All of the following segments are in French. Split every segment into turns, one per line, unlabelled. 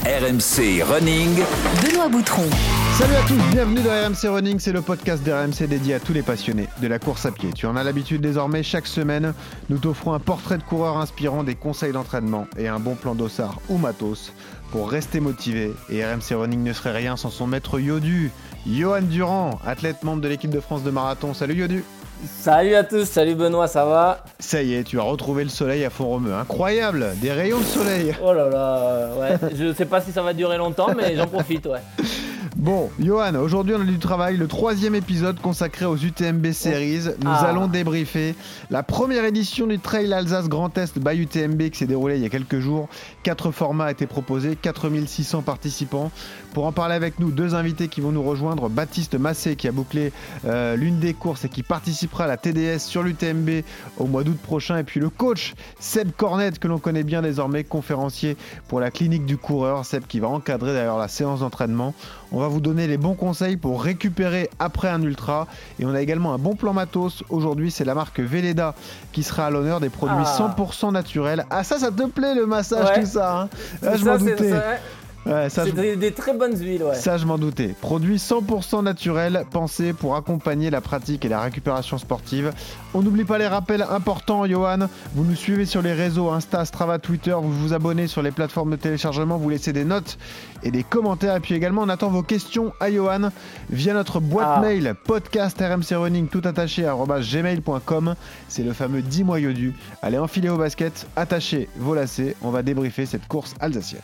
RMC Running.
Benoît Boutron.
Salut à tous, bienvenue dans RMC Running, c'est le podcast d'RMC dédié à tous les passionnés de la course à pied. Tu en as l'habitude désormais, chaque semaine, nous t'offrons un portrait de coureur inspirant, des conseils d'entraînement et un bon plan d'ossard ou matos pour rester motivé. Et RMC Running ne serait rien sans son maître Yodu, Johan Durand, athlète membre de l'équipe de France de marathon. Salut Yodu.
Salut à tous, salut Benoît, ça va?
Ça y est, tu as retrouvé le soleil à Font-Romeu. Incroyable, des rayons de soleil.
Oh là là, ouais, je sais pas si ça va durer longtemps, mais j'en profite, ouais.
Bon, Johan, aujourd'hui on a du travail, le 3e épisode consacré aux UTMB Series. Nous allons débriefer la première édition du Trail Alsace Grand Est by UTMB qui s'est déroulée il y a quelques jours. 4 formats étaient proposés, 4600 participants. Pour en parler avec nous, 2 invités qui vont nous rejoindre. Baptiste Massé qui a bouclé l'une des courses et qui participera à la TDS sur l'UTMB au mois d'août prochain. Et puis le coach Seb Cornette que l'on connaît bien désormais, conférencier pour la clinique du coureur. Seb qui va encadrer d'ailleurs la séance d'entraînement. On va vous donner les bons conseils pour récupérer après un ultra. Et on a également un bon plan matos. Aujourd'hui, c'est la marque Velleda qui sera à l'honneur, des produits 100% naturels. Ah ça te plaît le massage,
ouais.
Tout ça hein. Là, je m'en doutais.
Ouais, c'est des très bonnes huiles, ouais.
Ça, je m'en doutais. Produits 100% naturels, pensés pour accompagner la pratique et la récupération sportive. On n'oublie pas les rappels importants, Johan. Vous nous suivez sur les réseaux Insta, Strava, Twitter. Vous vous abonnez sur les plateformes de téléchargement. Vous laissez des notes et des commentaires. Et puis également, on attend vos questions à Johan via notre boîte mail podcast rmcrunning tout attaché @gmail.com. C'est le fameux 10 mois Yodu. Allez, enfilez vos baskets, attachez vos lacets. On va débriefer cette course alsacienne.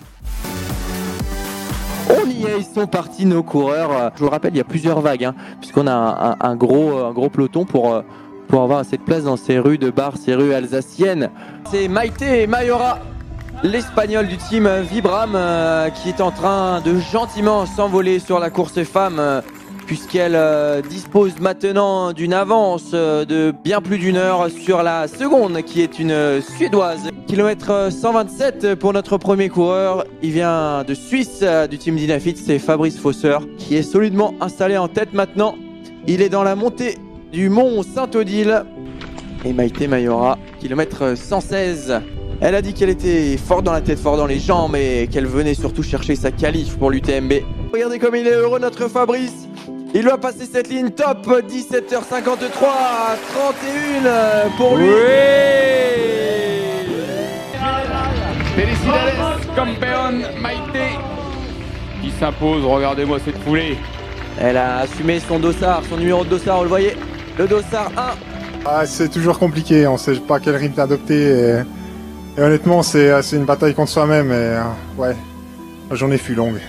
On y est, ils sont partis nos coureurs. Je vous le rappelle, il y a plusieurs vagues, puisqu'on a un gros peloton pour avoir cette place dans ces rues de Bar, ces rues alsaciennes. C'est Maïté Mayora, l'Espagnol du team Vibram, qui est en train de gentiment s'envoler sur la course femmes, puisqu'elle dispose maintenant d'une avance de bien plus d'une heure sur la seconde, qui est une Suédoise. Kilomètre 127 pour notre premier coureur. Il vient de Suisse, du team Dynafit, c'est Fabrice Fosseur, qui est solidement installé en tête maintenant. Il est dans la montée du mont Saint-Odile. Et Maïté Mayora, kilomètre 116. Elle a dit qu'elle était forte dans la tête, forte dans les jambes, et qu'elle venait surtout chercher sa qualif pour l'UTMB. Regardez comme il est heureux, notre Fabrice. Il va passer cette ligne top, 17h53, 31 pour lui.
Felicidades, campeón Maïté qui s'impose, regardez-moi cette foulée.
Elle a assumé son dossard, son numéro de dossard, vous le voyez, le dossard 1.
C'est toujours compliqué, on sait pas quel rythme adopter et honnêtement c'est une bataille contre soi-même et ouais, la journée fut longue.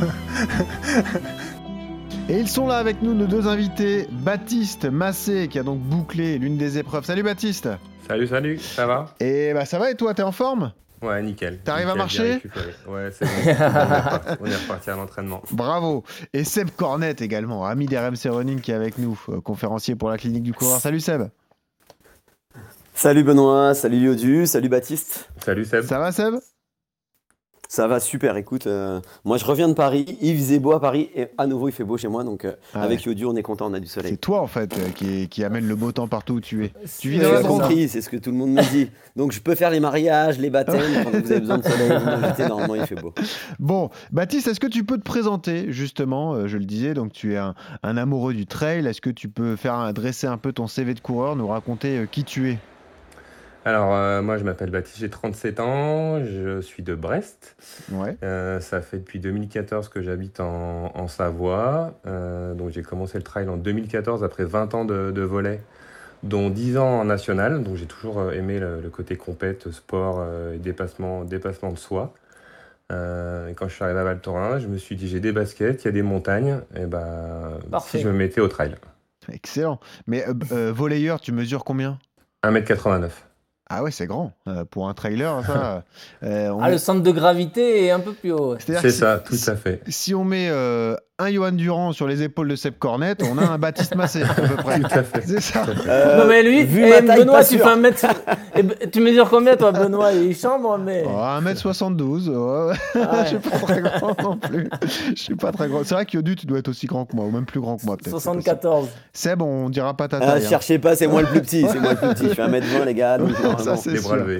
Et ils sont là avec nous, nos 2 invités, Baptiste Massé qui a donc bouclé l'une des épreuves. Salut Baptiste.
Salut, ça va?
Et bah ça va et toi, t'es en forme?
Ouais, nickel.
T'arrives à marcher?
Ouais, c'est bon. On est reparti à l'entraînement.
Bravo. Et Seb Cornette également, ami d'RMC Running qui est avec nous, conférencier pour la clinique du coureur. Salut Seb.
Salut Benoît, salut Yodu, salut Baptiste.
Salut Seb.
Ça va Seb?
Ça va super, écoute, moi je reviens de Paris, il faisait beau à Paris et à nouveau il fait beau chez moi, donc avec Yodu on est content, on a du soleil.
C'est toi en fait qui amène le beau temps partout où tu es. Tu vis
dans
la
compris, c'est ce que tout le monde me dit. Donc je peux faire les mariages, les baptêmes, quand vous avez besoin de soleil, vous m'invitez, normalement il fait beau.
Bon, Baptiste, est-ce que tu peux te présenter justement, je le disais, donc tu es un amoureux du trail, est-ce que tu peux dresser un peu ton CV de coureur, nous raconter qui tu es?
Alors, moi je m'appelle Baptiste, j'ai 37 ans, je suis de Brest.
Ouais.
Ça fait depuis 2014 que j'habite en Savoie. Donc j'ai commencé le trail en 2014 après 20 ans de volley, dont 10 ans en national. Donc j'ai toujours aimé le côté compète, sport et dépassement de soi. Et quand je suis arrivé à Val Thorens, je me suis dit j'ai des baskets, il y a des montagnes, et si je me mettais au trail.
Excellent. Mais volleyeur, tu mesures combien?
1m89.
Ah ouais, c'est grand. Pour un trailer, ça...
le centre de gravité est un peu plus haut.
C'est ça, tout à fait.
Si on met un Johan Durand sur les épaules de Seb Cornette, on a un Baptiste Massé, à peu près.
Tout à fait.
C'est ça.
Non mais lui, Benoît, tu fais 1m... tu mesures combien toi Benoît? Il chambre, mais...
1m72, ouais. Je suis pas très grand non plus. Je suis pas très grand. C'est vrai que Yodu, tu dois être aussi grand que moi, ou même plus grand que moi peut-être.
74.
Seb, on dira pas ta taille.
Cherchez pas, c'est moi le plus petit, Je fais 1m20 les gars. Donc,
ça, c'est
les bras levés.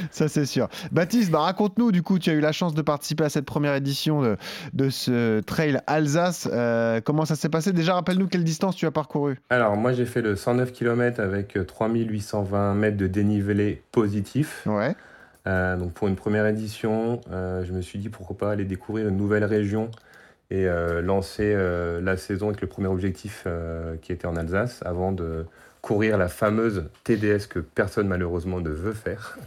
Ça, c'est sûr. Baptiste, raconte-nous, du coup, tu as eu la chance de participer à cette première édition de ce Trail Alsace. Comment ça s'est passé? Déjà, rappelle-nous quelle distance tu as parcouru.
Alors, moi, j'ai fait le 109 km avec 3820 mètres de dénivelé positif.
Ouais.
Donc, pour une première édition, je me suis dit pourquoi pas aller découvrir une nouvelle région et lancer la saison avec le premier objectif qui était en Alsace avant de courir la fameuse TDS que personne malheureusement ne veut faire,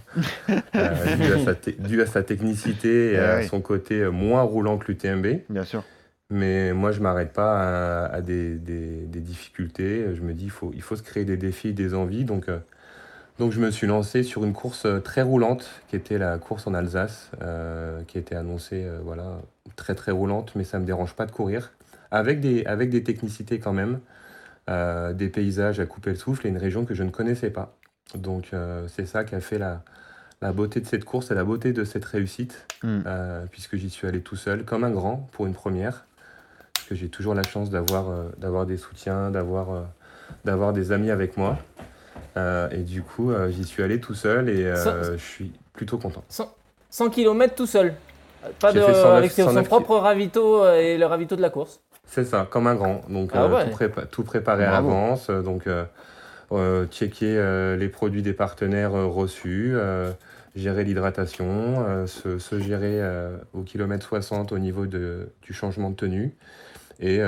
dû à sa technicité et à son côté moins roulant que l'UTMB.
Bien sûr.
Mais moi, je ne m'arrête pas à des difficultés. Je me dis il faut se créer des défis, des envies. Donc, je me suis lancé sur une course très roulante, qui était la course en Alsace, qui était annoncée très très roulante, mais ça ne me dérange pas de courir, avec des technicités quand même, des paysages à couper le souffle et une région que je ne connaissais pas. Donc c'est ça qui a fait la beauté de cette course et la beauté de cette réussite, puisque j'y suis allé tout seul, comme un grand, pour une première, parce que j'ai toujours la chance d'avoir des soutiens, d'avoir des amis avec moi. Et du coup, j'y suis allé tout seul et je suis plutôt content.
100 km tout seul, avec son propre ravito et le ravito de la course.
C'est ça, comme un grand. Donc tout préparé à l'avance. Donc checker les produits des partenaires reçus, gérer l'hydratation, se gérer au kilomètre 60 au niveau du changement de tenue. Et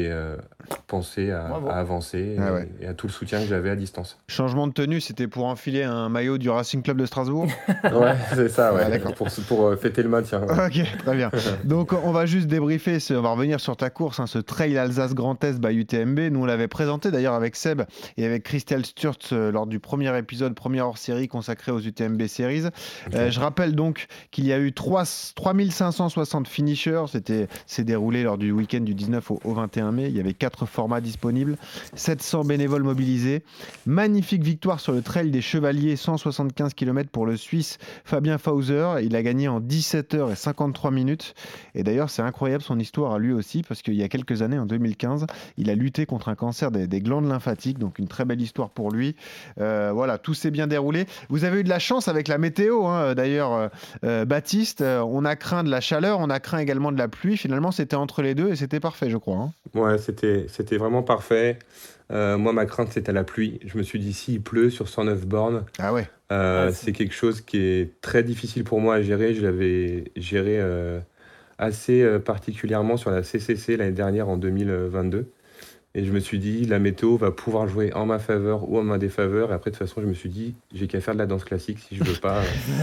penser à avancer et à tout le soutien que j'avais à distance.
Changement de tenue, c'était pour enfiler un maillot du Racing Club de Strasbourg?
Ouais, c'est ça, ouais.
D'accord.
Pour fêter le maintien. Ouais.
Ok, très bien. Donc, on va juste débriefer, on va revenir sur ta course, ce Trail Alsace Grand Est by UTMB. Nous, on l'avait présenté d'ailleurs avec Seb et avec Christelle Sturz lors du premier épisode, première hors-série consacrée aux UTMB Series. Okay. Je rappelle donc qu'il y a eu 3560 finishers. C'est déroulé lors du week-end du 19 au 21 mai. Il y avait 4 formats disponibles, 700 bénévoles mobilisés. Magnifique victoire sur le Trail des Chevaliers, 175 km pour le Suisse Fabien Fauser. Il a gagné en 17h et 53 minutes. Et d'ailleurs, c'est incroyable son histoire à lui aussi, parce qu'il y a quelques années, en 2015, il a lutté contre un cancer des glandes lymphatiques. Donc une très belle histoire pour lui. Voilà, tout s'est bien déroulé. Vous avez eu de la chance avec la météo, d'ailleurs, Baptiste. On a craint de la chaleur, on a craint également de la pluie. Finalement, c'était entre les deux et c'était parfait, je crois.
Ouais, c'était vraiment parfait. Moi, ma crainte, c'était la pluie. Je me suis dit, s'il pleut sur 109 bornes, c'est quelque chose qui est très difficile pour moi à gérer. Je l'avais géré assez particulièrement sur la CCC l'année dernière, en 2022. Et je me suis dit, la météo va pouvoir jouer en ma faveur ou en ma défaveur. Et après, de toute façon, je me suis dit, j'ai qu'à faire de la danse classique si je veux pas,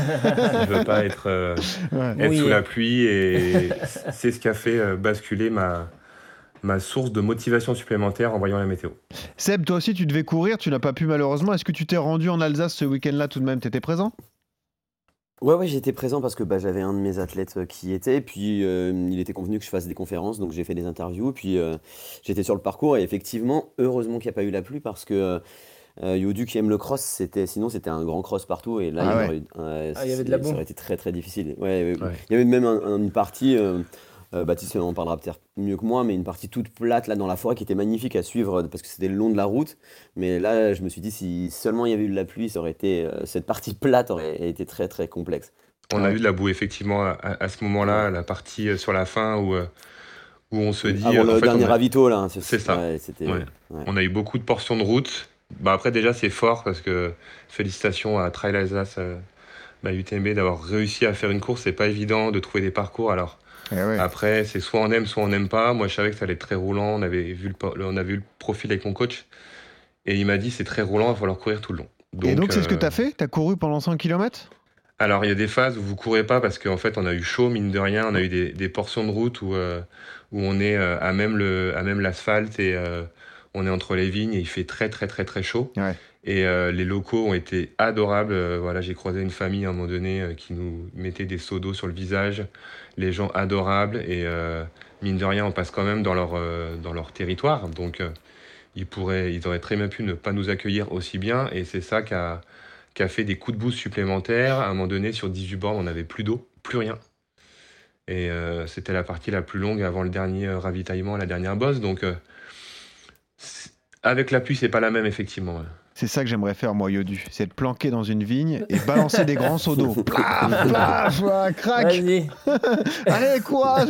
être sous la pluie. Et c'est ce qui a fait basculer ma source de motivation supplémentaire en voyant la météo.
Seb, toi aussi, tu devais courir, tu n'as pas pu malheureusement. Est-ce que tu t'es rendu en Alsace ce week-end-là tout de même? Tu étais présent?
Ouais, j'étais présent parce que j'avais un de mes athlètes qui y était, puis il était convenu que je fasse des conférences, donc j'ai fait des interviews, puis j'étais sur le parcours et effectivement, heureusement qu'il n'y a pas eu la pluie parce que Yodu qui aime le cross, sinon c'était un grand cross partout et là
il y avait de la boue.
Ça aurait été très très difficile. Il y avait même une partie... Baptiste en parlera peut-être mieux que moi, mais une partie toute plate là dans la forêt qui était magnifique à suivre parce que c'était le long de la route. Mais là, je me suis dit, si seulement il y avait eu de la pluie, ça aurait été, cette partie plate aurait été très très complexe.
On a eu de la boue effectivement à ce moment-là, la partie sur la fin où on se dit...
Avant le dernier ravito là.
C'est ça. On a eu beaucoup de portions de route. Après déjà c'est fort parce que félicitations à Trail Alsace, UTMB d'avoir réussi à faire une course. C'est pas évident de trouver des parcours alors. Après, c'est soit on aime, soit on n'aime pas. Moi, je savais que ça allait être très roulant. On avait vu le profil avec mon coach. Et il m'a dit, c'est très roulant, il va falloir courir tout le long.
Donc c'est ce que tu as fait? Tu as couru pendant 100 km?
Alors, il y a des phases où vous ne courez pas parce qu'en fait, on a eu chaud, mine de rien. On a eu des portions de route où on est à même l'asphalte et on est entre les vignes et il fait très, très, très, très chaud.
Ouais.
Et les locaux ont été adorables. J'ai croisé une famille à un moment donné qui nous mettait des seaux d'eau sur le visage. Les gens adorables et mine de rien, on passe quand même dans leur territoire. Donc, ils auraient très bien pu ne pas nous accueillir aussi bien. Et c'est ça qui a fait des coups de boost supplémentaires. À un moment donné, sur 18 bornes, on n'avait plus d'eau, plus rien. Et c'était la partie la plus longue avant le dernier ravitaillement, la dernière bosse. Donc, avec la pluie, c'est pas la même, effectivement.
C'est ça que j'aimerais faire, moi, Yodu. C'est être planqué dans une vigne et balancer des grands seaux d'eau. Plaf, plaf, crac.
Vas-y.
Allez, courage.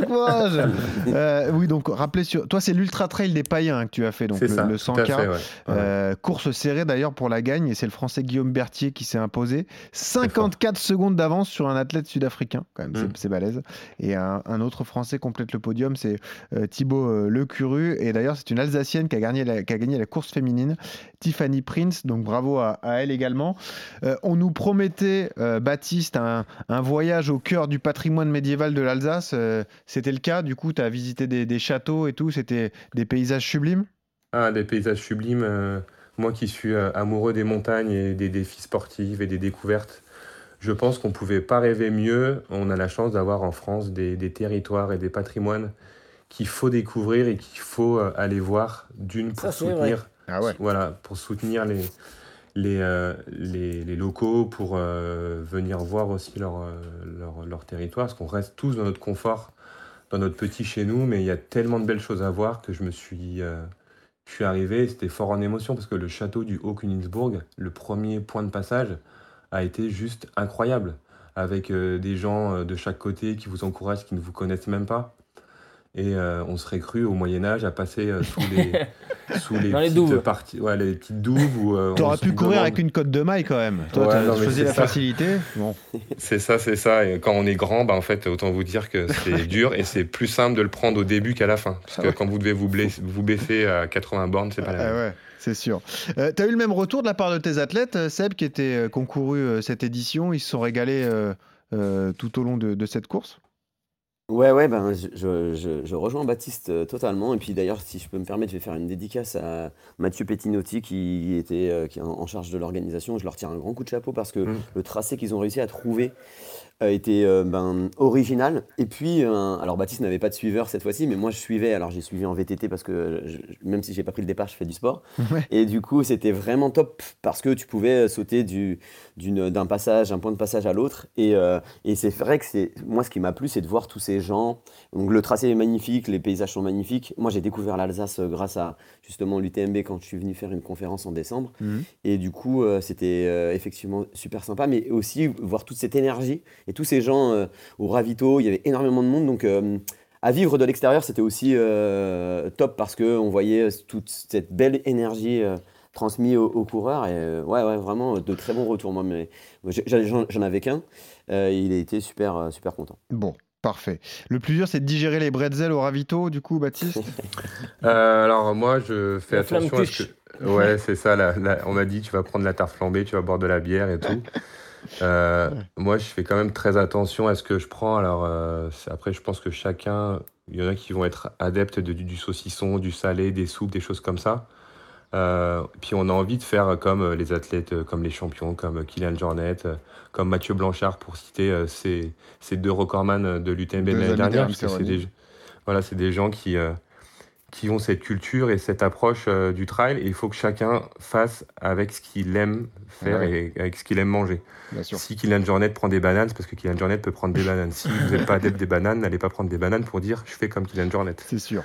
Oui, donc, rappelez sur. Toi, c'est l'Ultra Trail des Païens que tu as fait, donc
C'est ça,
le
tout à
100K.
fait, ouais.
Course serrée d'ailleurs pour la gagne, et c'est le Français Guillaume Berthier qui s'est imposé. 54 secondes d'avance sur un athlète sud-africain, quand même, c'est balèze. Et un autre Français complète le podium, c'est Thibaut Lecuru. Et d'ailleurs, c'est une Alsacienne qui a gagné la course féminine, Tiffany Prince. Donc bravo à elle également. On nous promettait, Baptiste, un voyage au cœur du patrimoine médiéval de l'Alsace. C'était le cas, du coup, tu as visité des châteaux et tout, c'était des paysages sublimes?
Ah, des paysages sublimes. Moi qui suis amoureux des montagnes et des défis sportifs et des découvertes, je pense qu'on ne pouvait pas rêver mieux. On a la chance d'avoir en France des territoires et des patrimoines qu'il faut découvrir et qu'il faut aller voir pour soutenir.
Ah ouais.
Voilà, pour soutenir les locaux, pour venir voir aussi leur territoire, parce qu'on reste tous dans notre confort, dans notre petit chez nous, mais il y a tellement de belles choses à voir que je suis arrivé, c'était fort en émotion, parce que le château du Haut-Königsbourg, le premier point de passage, a été juste incroyable, avec des gens de chaque côté qui vous encouragent, qui ne vous connaissent même pas. Et on serait cru au Moyen-Âge à passer sous les petites parties, les petites douves.
T'aurais pu courir avec une cotte de maille quand même. Toi, tu choisi la facilité. Bon.
C'est ça. Et quand on est grand, en fait, autant vous dire que c'est dur et c'est plus simple de le prendre au début qu'à la fin. Parce que quand vous devez vous baisser à 80 bornes, c'est pas la même.
Ouais, c'est sûr. T'as eu le même retour de la part de tes athlètes, Seb, qui étaient concourus cette édition? Ils se sont régalés tout au long de cette course?
Ouais, je rejoins Baptiste totalement. Et puis d'ailleurs, si je peux me permettre, je vais faire une dédicace à Mathieu Pettinotti qui est en charge de l'organisation. Je leur tire un grand coup de chapeau parce que le tracé qu'ils ont réussi à trouver était original. Et puis, alors Baptiste n'avait pas de suiveur cette fois-ci, mais moi je suivais. Alors j'ai suivi en VTT parce que même si j'ai pas pris le départ, je fais du sport.
Ouais.
Et du coup, c'était vraiment top parce que tu pouvais sauter d'un point de passage à l'autre. Et c'est vrai que moi ce qui m'a plu, c'est de voir tous ces gens. Donc le tracé est magnifique, les paysages sont magnifiques. Moi j'ai découvert l'Alsace grâce à justement l'UTMB quand je suis venu faire une conférence en décembre. Et du coup, c'était effectivement super sympa, mais aussi voir toute cette énergie et tous ces gens au ravito. Il y avait énormément de monde, donc à vivre de l'extérieur, c'était aussi top parce qu'on voyait toute cette belle énergie transmise aux coureurs. Et vraiment de très bons retours. Moi, mais j'en avais qu'un. Il a été super content.
Bon. Parfait. Le plus dur, c'est de digérer les bretzels au ravito, du coup, Baptiste?
Alors, moi, je fais attention à ce que... Ouais, c'est ça. On m'a dit, tu vas prendre la tarte flambée, tu vas boire de la bière et tout. Moi, je fais quand même très attention à ce que je prends. Alors, après, je pense que chacun... Il y en a qui vont être adeptes du saucisson, du salé, des soupes, des choses comme ça. Puis on a envie de faire comme les athlètes, comme les champions, comme Kylian Jornet, comme Mathieu Blanchard, pour citer ces deux recordman de l'UTMB de l'année dernière. Parce que c'est des gens qui ont cette culture et cette approche du trail. Et il faut que chacun fasse avec ce qu'il aime faire et avec ce qu'il aime manger. Si Kylian Jornet prend des bananes, c'est parce que Kylian Jornet peut prendre des bananes. Si vous n'êtes pas adepte des bananes, n'allez pas prendre des bananes pour dire « je fais comme Kylian Jornet ».
C'est sûr.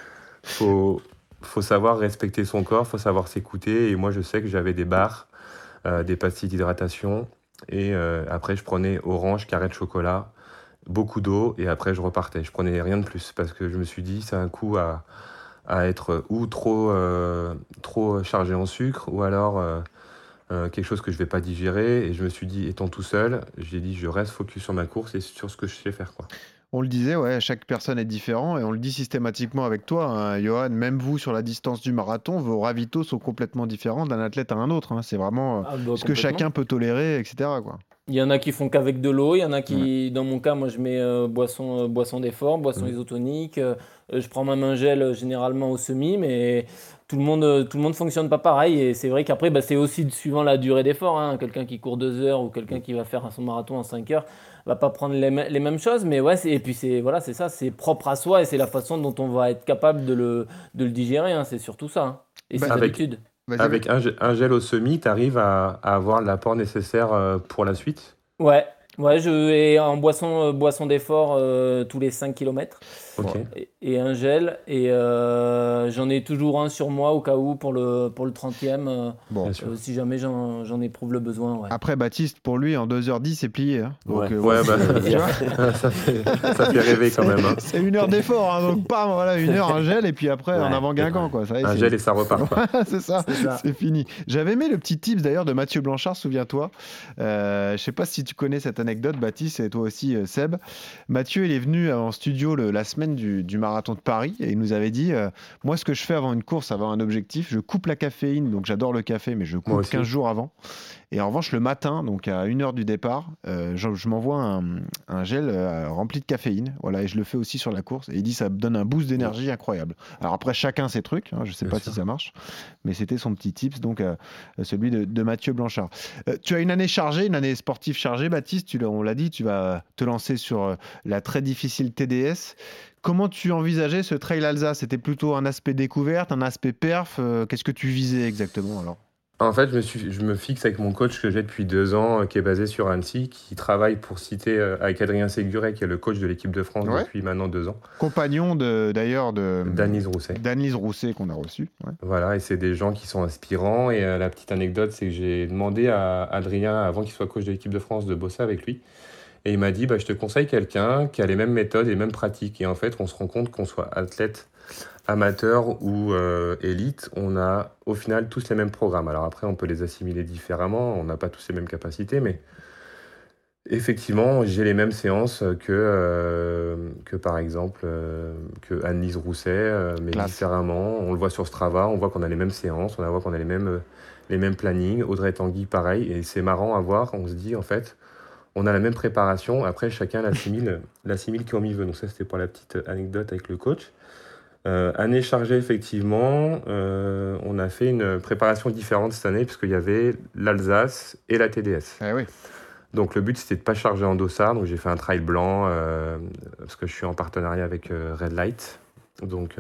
Faut savoir respecter son corps, faut savoir s'écouter. Et moi, je sais que j'avais des barres, des pastilles d'hydratation. Et après, je prenais orange, carré de chocolat, beaucoup d'eau. Et après, je repartais. Je prenais rien de plus parce que je me suis dit, c'est un coup à être ou trop chargé en sucre ou alors quelque chose que je ne vais pas digérer. Et je me suis dit, étant tout seul, j'ai dit, je reste focus sur ma course et sur ce que je sais faire, quoi.
On le disait, chaque personne est différente et on le dit systématiquement avec toi, hein, Johan, même vous sur la distance du marathon, vos ravitaux sont complètement différents d'un athlète à un autre. Hein. C'est vraiment ce que chacun peut tolérer, etc. quoi.
Il y en a qui font qu'avec de l'eau, il y en a qui, dans mon cas, moi je mets boisson d'effort, boisson isotonique, je prends ma main gel généralement au semi, mais tout le monde fonctionne pas pareil et c'est vrai qu'après c'est aussi suivant la durée d'effort, hein. Quelqu'un qui court 2 heures ou quelqu'un qui va faire son marathon en 5 heures va pas prendre les mêmes choses, mais et puis c'est ça, c'est propre à soi et c'est la façon dont on va être capable de le digérer, hein. C'est surtout ça, hein. Et ses habitudes.
Avec un gel au semi, tu arrives à avoir l'apport nécessaire pour la suite?
Ouais. Ouais, je vais en boisson d'effort tous les 5 km
Ok.
et un gel. Et j'en ai toujours un sur moi au cas où pour le 30e,
Bon.
Bien sûr.
si jamais j'en éprouve le besoin. Ouais.
Après, Baptiste, pour lui, en 2h10, c'est plié. Hein. Donc,
Ouais.
Ouais, bah,
tu vois,
ça fait rêver quand même. Hein.
c'est 1 heure d'effort. Hein, donc, bam, voilà, 1 heure, un gel, et puis après,
Ouais,
en avant
c'est
Guingamp.
vrai.
Quoi. Ça y est,
Un gel et ça repart. Quoi.
c'est ça,
C'est ça.
c'est fini. J'avais aimé le petit tips d'ailleurs de Mathieu Blanchard, souviens-toi. Je sais pas si tu connais cette anecdote, Baptiste, et toi aussi, Seb. Mathieu, il est venu en studio la semaine du marathon de Paris et il nous avait dit moi, ce que je fais avant une course, avant un objectif, je coupe la caféine, donc j'adore le café, mais je
Moi
coupe
aussi.
15 jours avant. Et en revanche, le matin, donc à 1 heure du départ, je m'envoie un gel rempli de caféine. Voilà, et je le fais aussi sur la course. Et il dit ça me donne un boost d'énergie incroyable. Alors après, chacun ses trucs. Hein, je sais
Bien
pas
sûr.
si ça marche, mais c'était son petit tips, donc celui de Mathieu Blanchard. Tu as une année chargée, une année sportive chargée, Baptiste. On l'a dit, tu vas te lancer sur la très difficile TDS. Comment tu envisageais ce Trail Alsace? C'était plutôt un aspect découverte, un aspect perf. Qu'est-ce que tu visais exactement alors?
En fait, je me fixe avec mon coach que j'ai depuis 2 ans, qui est basé sur Annecy, qui travaille pour citer avec Adrien Séguret, qui est le coach de l'équipe de France
Ouais.
depuis maintenant 2 ans.
Compagnon d'ailleurs de
Danise Rousset.
d'Annelise Rousset qu'on a reçu. Ouais.
Voilà, et c'est des gens qui sont inspirants. Et la petite anecdote, c'est que j'ai demandé à Adrien, avant qu'il soit coach de l'équipe de France, de bosser avec lui. Et il m'a dit, je te conseille quelqu'un qui a les mêmes méthodes et les mêmes pratiques. Et en fait, on se rend compte qu'on soit athlète, amateur ou élite, on a au final tous les mêmes programmes. Alors après, on peut les assimiler différemment, on n'a pas tous les mêmes capacités, mais effectivement, j'ai les mêmes séances que par exemple, que Anne-Lise Rousset, mais
Classe.
différemment. On le voit sur Strava, on voit qu'on a les mêmes séances, on voit qu'on a les mêmes plannings. Audrey Tanguy, pareil. Et c'est marrant à voir, on se dit, en fait, on a la même préparation. Après, chacun l'assimile comme il veut. Donc ça, c'était pour la petite anecdote avec le coach. Année chargée, effectivement. On a fait une préparation différente cette année, puisqu'il y avait l'Alsace et la TDS.
Eh oui.
Donc le but, c'était de ne pas charger en dossard. Donc j'ai fait un trail blanc, parce que je suis en partenariat avec Red Light. Donc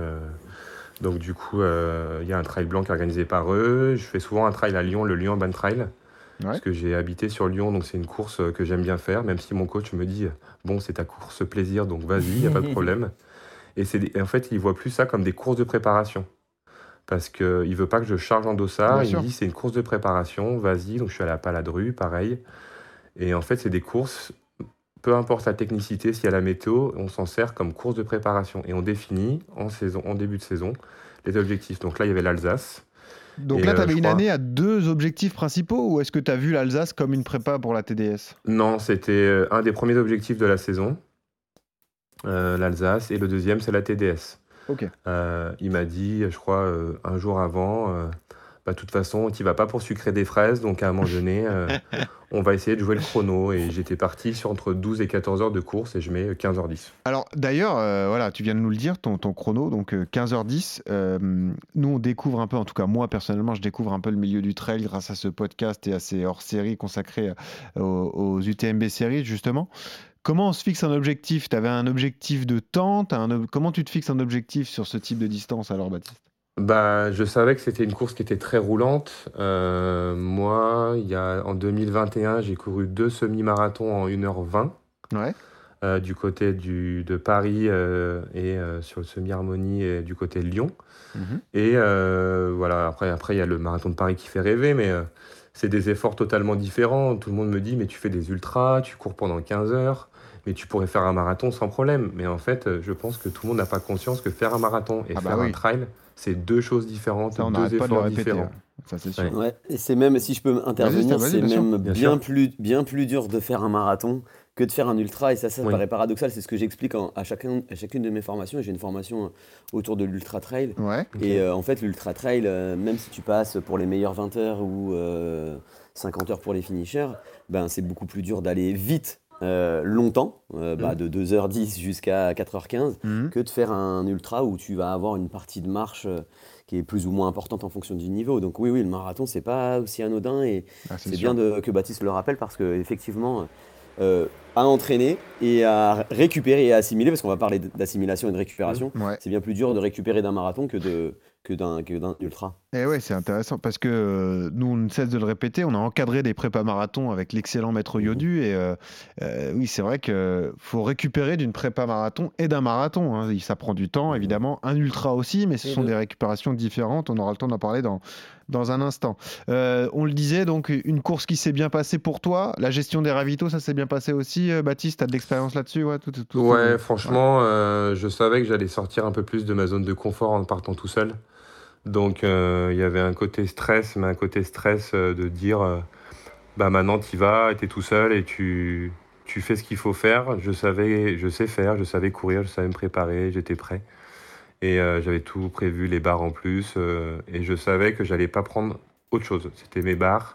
du coup, il y a un trail blanc qui est organisé par eux. Je fais souvent un trail à Lyon, le Lyon Urban Trail. Parce que j'ai habité sur Lyon, donc c'est une course que j'aime bien faire, même si mon coach me dit « Bon, c'est ta course plaisir, donc vas-y, il n'y a pas de problème. » Et en fait, il voit plus ça comme des courses de préparation. Parce qu'il ne veut pas que je charge en dossard.
Bien
Il
sûr.
me dit « C'est une course de préparation, vas-y. » Donc je suis à la Paladru, pareil. Et en fait, c'est des courses, peu importe la technicité, s'il y a la météo, on s'en sert comme course de préparation. Et on définit en début de saison les objectifs. Donc là, il y avait l'Alsace.
Donc
Et,
là, tu avais
je
une
crois-
année à 2 objectifs principaux ou est-ce que tu as vu l'Alsace comme une prépa pour la TDS?
Non, c'était un des premiers objectifs de la saison, l'Alsace, et le deuxième, c'est la TDS.
Ok.
Il m'a dit, je crois, un jour avant, de toute façon, tu vas pas pour sucrer des fraises, donc à un moment donné, on va essayer de jouer le chrono. Et j'étais parti sur entre 12 et 14 heures de course et je mets 15h10.
Alors d'ailleurs, voilà, tu viens de nous le dire, ton chrono, donc 15h10. Nous, on découvre un peu, en tout cas moi personnellement, je découvre un peu le milieu du trail grâce à ce podcast et à ces hors-séries consacrés aux UTMB Series, justement. Comment on se fixe un objectif? Tu avais un objectif de temps? Comment tu te fixes un objectif sur ce type de distance alors, Baptiste?
Je savais que c'était une course qui était très roulante. Moi, en 2021, j'ai couru 2 semi-marathons en 1h20.
Ouais.
Du côté de Paris et sur le semi-harmonie et du côté de Lyon.
Mhm.
Et voilà, après, il y a le marathon de Paris qui fait rêver, mais c'est des efforts totalement différents. Tout le monde me dit, mais tu fais des ultras, tu cours pendant 15 heures, mais tu pourrais faire un marathon sans problème. Mais en fait, je pense que tout le monde n'a pas conscience que faire un marathon et faire un trail, c'est 2 choses différentes,
Ça, on
2
n'arrête pas de le
efforts
répéter.
différents.
Hein. Ça, c'est sûr.
Ouais.
Ouais, et c'est même, si je peux intervenir,
Vas-y,
c'est
bien sûr.
même
Bien
bien plus dur de faire un marathon que de faire un ultra. Et ça
Oui.
paraît paradoxal. C'est ce que j'explique à chacune de mes formations. Et j'ai une formation autour de l'ultra trail.
Ouais.
Et en fait, l'ultra trail, même si tu passes pour les meilleurs 20 heures ou 50 heures pour les finishers, c'est beaucoup plus dur d'aller vite. Longtemps, de 2h10 jusqu'à 4h15,
Mhm.
que de faire un ultra où tu vas avoir une partie de marche qui est plus ou moins importante en fonction du niveau. Donc oui, le marathon, c'est pas aussi anodin et c'est
sûr.
bien que Baptiste le rappelle parce qu'effectivement, à entraîner et à récupérer et à assimiler, parce qu'on va parler d'assimilation et de récupération,
Ouais.
c'est bien plus dur de récupérer d'un marathon que que d'un ultra.
Et ouais, c'est intéressant parce que nous, on ne cesse de le répéter, on a encadré des prépas marathons avec l'excellent maître Yodu et oui, c'est vrai qu'il faut récupérer d'une prépa marathon et d'un marathon. Hein. Ça prend du temps, évidemment, un ultra aussi, mais ce sont des récupérations différentes. On aura le temps d'en parler dans un instant. On le disait, donc une course qui s'est bien passée pour toi. La gestion des ravitaux, ça s'est bien passé aussi. Baptiste, tu as de l'expérience là-dessus?
Ouais, franchement, je savais que j'allais sortir un peu plus de ma zone de confort en partant tout seul. Donc il y avait un côté stress, mais un côté stress de dire bah maintenant tu y vas, tu es tout seul et tu fais ce qu'il faut faire. Je sais faire, je savais courir, je savais me préparer, j'étais prêt. Et j'avais tout prévu, les barres en plus. Et je savais que j'allais pas prendre autre chose. C'était mes barres,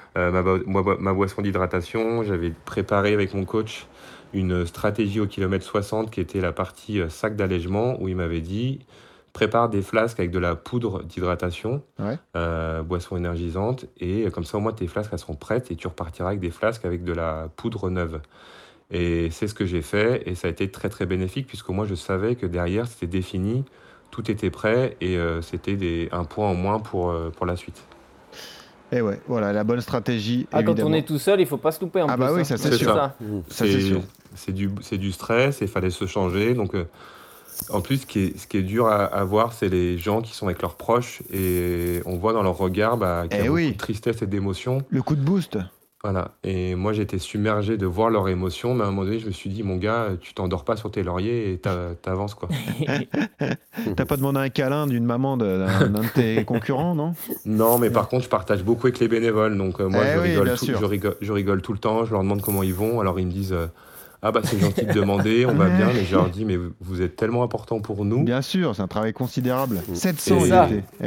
ma boisson d'hydratation. J'avais préparé avec mon coach une stratégie au kilomètre 60 qui était la partie sac d'allègement où il m'avait dit prépare des flasques avec de la poudre d'hydratation, boisson énergisante, et comme ça au moins tes flasques elles seront prêtes et tu repartiras avec des flasques avec de la poudre neuve. Et c'est ce que j'ai fait et ça a été très très bénéfique puisqu'au moins je savais que derrière c'était défini, tout était prêt et c'était un point en moins pour la suite.
Et ouais, voilà, la bonne stratégie.
Quand on est tout seul, il faut pas se louper en plus.
Ah bah oui, ça c'est sûr.
Ça, c'est sûr. C'est du stress et il fallait se changer. Donc, en plus, ce qui est dur à voir, c'est les gens qui sont avec leurs proches et on voit dans leur regard qu'il y a beaucoup de tristesse et d'émotion.
Le coup de boost.
Voilà. Et moi, j'étais submergé de voir leurs émotions, mais à un moment donné, je me suis dit, mon gars, tu t'endors pas sur tes lauriers et t'avances, quoi.
T'as pas demandé un câlin d'une maman d'un de tes concurrents, non?
Non, mais par contre, je partage beaucoup avec les bénévoles. Donc, moi, je rigole tout le temps. Je leur demande comment ils vont. Alors, ils me disent... Ah bah c'est gentil de demander, on va bien, mais je leur dis mais vous êtes tellement important pour nous.
Bien sûr, c'est un travail considérable. 700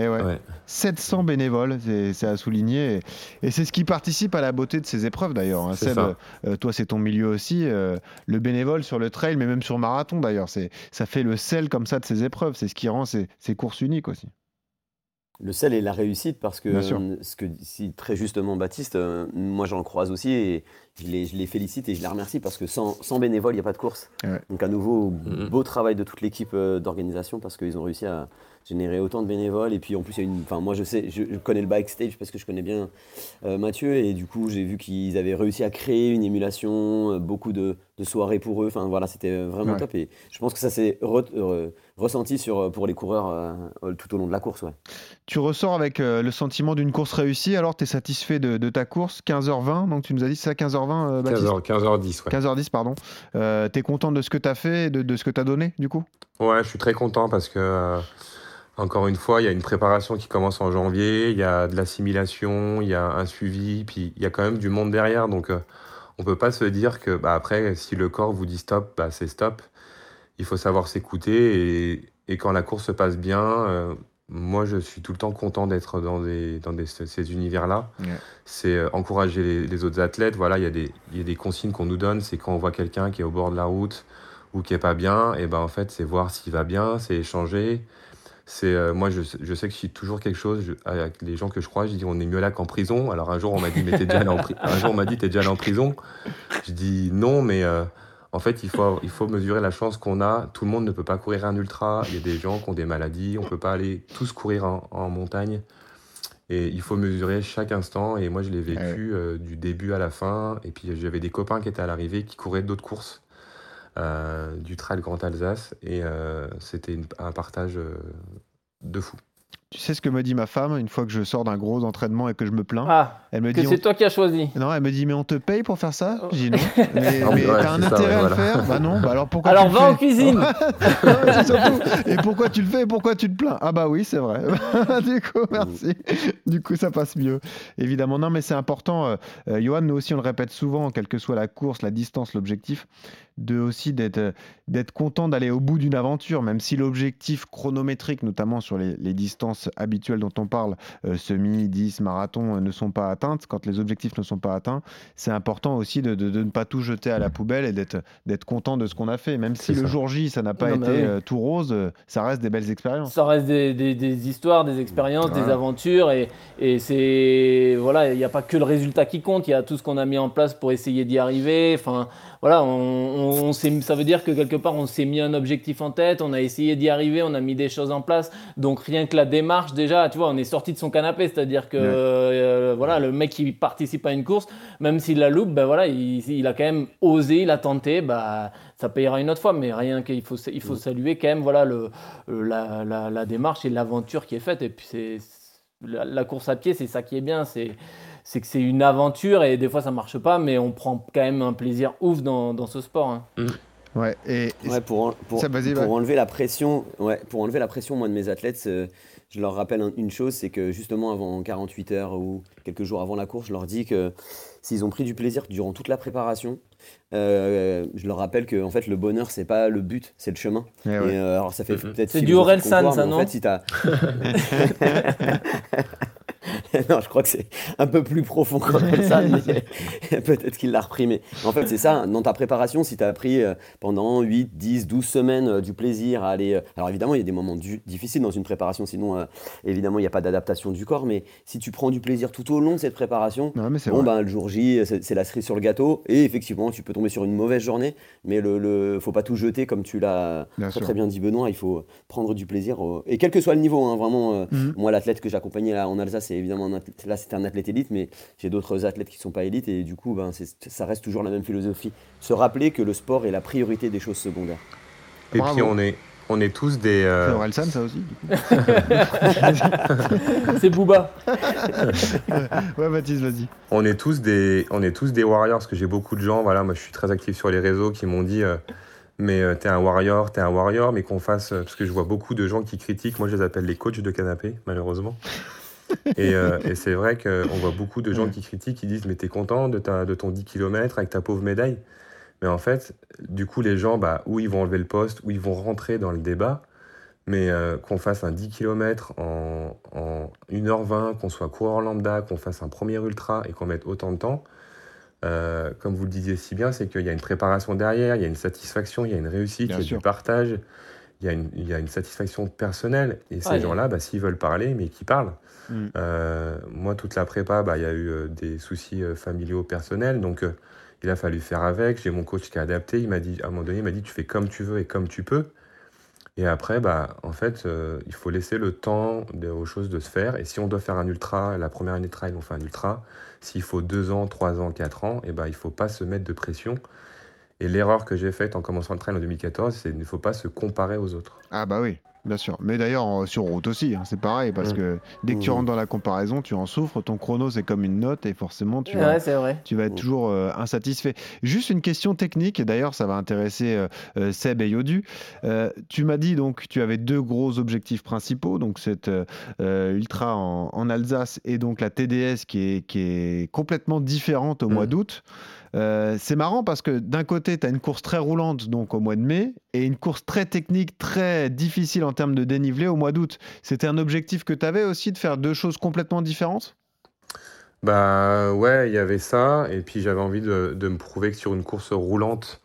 700 bénévoles, c'est à souligner. Et c'est ce qui participe à la beauté de ces épreuves d'ailleurs. Hein. Seb, toi c'est ton milieu aussi. Le bénévole sur le trail, mais même sur marathon d'ailleurs. Ça fait le sel comme ça de ces épreuves. C'est ce qui rend ces courses uniques aussi.
Le sel et la réussite, parce que ce que dit très justement Baptiste, moi j'en croise aussi et je les félicite et je les remercie parce que sans bénévoles, il n'y a pas de course. Ouais. Donc à nouveau, beau travail de toute l'équipe d'organisation parce qu'ils ont réussi à générer autant de bénévoles. Et puis en plus, moi je connais le backstage parce que je connais bien Mathieu et du coup j'ai vu qu'ils avaient réussi à créer une émulation, beaucoup de soirées pour eux. Enfin voilà, c'était vraiment top et je pense que ça s'est ressenti pour les coureurs tout au long de la course. Ouais.
Tu ressors avec le sentiment d'une course réussie, alors tu es satisfait de ta course, 15h20, donc tu nous as dit c'est ça 15h20 Baptiste
15h10, ouais.
15h10, pardon. T'es content de ce que tu as fait, de ce que tu as donné du coup?
Ouais, je suis très content parce que, encore une fois, il y a une préparation qui commence en janvier, il y a de l'assimilation, il y a un suivi, puis il y a quand même du monde derrière, donc on peut pas se dire que après, si le corps vous dit stop, c'est stop. Il faut savoir s'écouter et quand la course se passe bien... moi, je suis tout le temps content d'être dans ces univers-là. Ouais. C'est encourager les autres athlètes. Voilà, il y a des consignes qu'on nous donne. C'est quand on voit quelqu'un qui est au bord de la route ou qui est pas bien, et en fait, c'est voir s'il va bien, c'est échanger. Moi, je sais que je suis toujours quelque chose. Avec les gens que je crois, je dis on est mieux là qu'en prison. Alors un jour, on m'a dit mais t'es déjà allé en prison. Je dis non, mais en fait, il faut mesurer la chance qu'on a. Tout le monde ne peut pas courir un ultra. Il y a des gens qui ont des maladies. On ne peut pas aller tous courir en montagne. Et il faut mesurer chaque instant. Et moi, je l'ai vécu du début à la fin. Et puis, j'avais des copains qui étaient à l'arrivée, qui couraient d'autres courses du Trail Grand Alsace. Et c'était un partage de fou.
Tu sais ce que me dit ma femme une fois que je sors d'un gros entraînement et que je me plains? Elle me dit
c'est toi qui as choisi.
Non, elle me dit mais on te paye pour faire ça? Je dis non. Mais t'as un intérêt à le faire? Bah non. Bah alors pourquoi?
Alors va en cuisine.
Et pourquoi tu le fais et pourquoi tu te plains? Ah bah oui, c'est vrai. Du coup, merci. Du coup, ça passe mieux. Évidemment, non, mais c'est important. Johan, nous aussi, on le répète souvent, quelle que soit la course, la distance, l'objectif, d'être content d'aller au bout d'une aventure, même si l'objectif chronométrique, notamment sur les distances habituelles dont on parle, semi, 10, marathon, ne sont pas atteintes. Quand les objectifs ne sont pas atteints, c'est important aussi de ne pas tout jeter à la poubelle et d'être content de ce qu'on a fait. Même si le jour J, ça n'a pas été tout rose, ça reste des belles expériences.
Ça reste des histoires, des expériences, des aventures et c'est... Voilà, il n'y a pas que le résultat qui compte, il y a tout ce qu'on a mis en place pour essayer d'y arriver. Enfin, voilà, on ça veut dire que quelque part on s'est mis un objectif en tête, on a essayé d'y arriver, on a mis des choses en place. Donc rien que la démarche déjà, tu vois, on est sorti de son canapé, c'est-à-dire que voilà, le mec qui participe à une course, même s'il la loupe, ben voilà, il a quand même osé, il a tenté, bah ça payera une autre fois, mais rien qu'il faut saluer quand même voilà la démarche et l'aventure qui est faite. Et puis la course à pied, c'est ça qui est bien, c'est que c'est une aventure et des fois ça marche pas, mais on prend quand même un plaisir ouf dans ce sport. Hein.
Ouais,
pour enlever la pression, moi de mes athlètes, je leur rappelle une chose, c'est que justement avant 48 heures ou quelques jours avant la course, je leur dis que s'ils ont pris du plaisir durant toute la préparation, je leur rappelle que en fait le bonheur c'est pas le but, c'est le chemin. Alors ça fait peut-être
c'est du Orelsan ça, non?
En fait, si t'as non, je crois que c'est un peu plus profond quand même ça, mais peut-être qu'il l'a repris. Mais en fait, c'est ça, dans ta préparation, si tu as pris pendant 8, 10, 12 semaines du plaisir à aller... alors évidemment, il y a des moments difficiles dans une préparation, sinon évidemment, il n'y a pas d'adaptation du corps, mais si tu prends du plaisir tout au long de cette préparation, le jour J, c'est la cerise sur le gâteau, et effectivement, tu peux tomber sur une mauvaise journée, mais faut pas tout jeter, comme tu l'as très bien dit Benoît, il faut prendre du plaisir, et quel que soit le niveau, hein, vraiment, moi, l'athlète que j'accompagnais là, en Alsace, c'est évidemment là c'était un athlète élite, mais j'ai d'autres athlètes qui ne sont pas élites et du coup ça reste toujours la même philosophie, se rappeler que le sport est la priorité des choses secondaires.
Et puis on est tous des
c'est Orelsan ça aussi du coup.
C'est Booba.
Ouais, Baptiste, vas-y.
On est tous des warriors, parce que j'ai beaucoup de gens, voilà, moi je suis très actif sur les réseaux, qui m'ont dit mais t'es un warrior, mais qu'on fasse, parce que je vois beaucoup de gens qui critiquent, moi je les appelle les coachs de canapé, malheureusement. Et c'est vrai qu'on voit beaucoup de gens qui critiquent, qui disent mais t'es content de ton 10 km avec ta pauvre médaille. Mais en fait, du coup, les gens, ou ils vont enlever le poste, ou ils vont rentrer dans le débat, mais qu'on fasse un 10 km en 1h20, qu'on soit coureur lambda, qu'on fasse un premier ultra et qu'on mette autant de temps, comme vous le disiez si bien, c'est qu'il y a une préparation derrière, il y a une satisfaction, il y a une réussite, il y a du partage, il y a une satisfaction personnelle. Et ces gens-là, s'ils veulent parler, mais qu'ils parlent. Moi, toute la prépa, il y a eu des soucis familiaux personnels, donc il a fallu faire avec. J'ai mon coach qui a adapté. Il m'a dit, à un moment donné, tu fais comme tu veux et comme tu peux. Et après, en fait, il faut laisser le temps aux choses de se faire. Et si on doit faire un ultra, la première année de trail, on fait un ultra. S'il faut 2 ans, 3 ans, 4 ans, il ne faut pas se mettre de pression. Et l'erreur que j'ai faite en commençant le trail en 2014, c'est qu'il ne faut pas se comparer aux autres.
Ah bah oui, bien sûr. Mais d'ailleurs, sur route aussi, c'est pareil, parce que dès que tu rentres dans la comparaison, tu en souffres. Ton chrono, c'est comme une note, et forcément, tu vas être toujours insatisfait. Juste une question technique, et d'ailleurs, ça va intéresser Seb et Yodu. Tu m'as dit, donc, tu avais 2 gros objectifs principaux, donc cette ultra en Alsace, et donc la TDS qui est complètement différente au mois d'août. C'est marrant parce que d'un côté, tu as une course très roulante donc au mois de mai et une course très technique, très difficile en termes de dénivelé au mois d'août. C'était un objectif que tu avais aussi de faire 2 choses complètement différentes ?
Ouais, il y avait ça. Et puis j'avais envie de me prouver que sur une course roulante,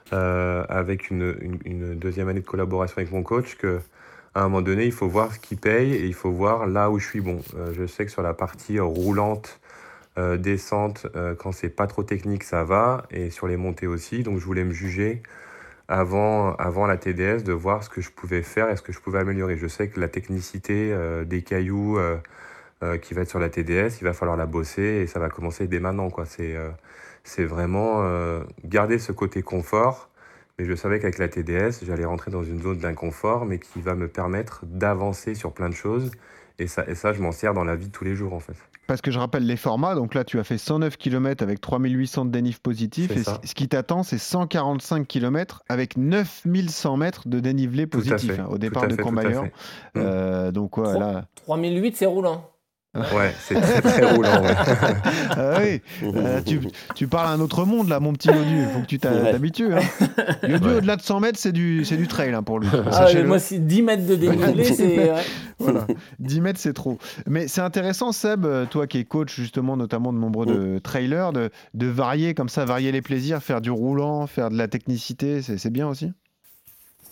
avec une deuxième année de collaboration avec mon coach, qu'à un moment donné, il faut voir ce qui paye et il faut voir là où je suis bon. Je sais que sur la partie roulante, descente, quand c'est pas trop technique, ça va, et sur les montées aussi. Donc je voulais me juger avant la TDS, de voir ce que je pouvais faire et ce que je pouvais améliorer. Je sais que la technicité des cailloux qui va être sur la TDS, il va falloir la bosser et ça va commencer dès maintenant, quoi. C'est vraiment garder ce côté confort, mais je savais qu'avec la TDS, j'allais rentrer dans une zone d'inconfort, mais qui va me permettre d'avancer sur plein de choses. Et ça, je m'en sers dans la vie de tous les jours, en fait.
Parce que je rappelle les formats, donc là tu as fait 109 km avec 3800 de dénive positif, et ce qui t'attend c'est 145 km avec 9100 mètres de dénivelé positif au départ de Courmayeur. Donc voilà.
3008 c'est roulant.
Ouais, c'est très très roulant. Ouais.
Ah oui, tu parles à un autre monde là, mon petit Yodu. Il faut que tu t'habitues. Yodu, au-delà de 100 mètres, c'est du trail pour lui.
Moi, c'est 10 mètres de dénivelé, c'est.
Voilà, 10 mètres, c'est trop. Mais c'est intéressant, Seb, toi qui es coach justement, notamment de nombreux de trailers, de varier comme ça, varier les plaisirs, faire du roulant, faire de la technicité, c'est bien aussi.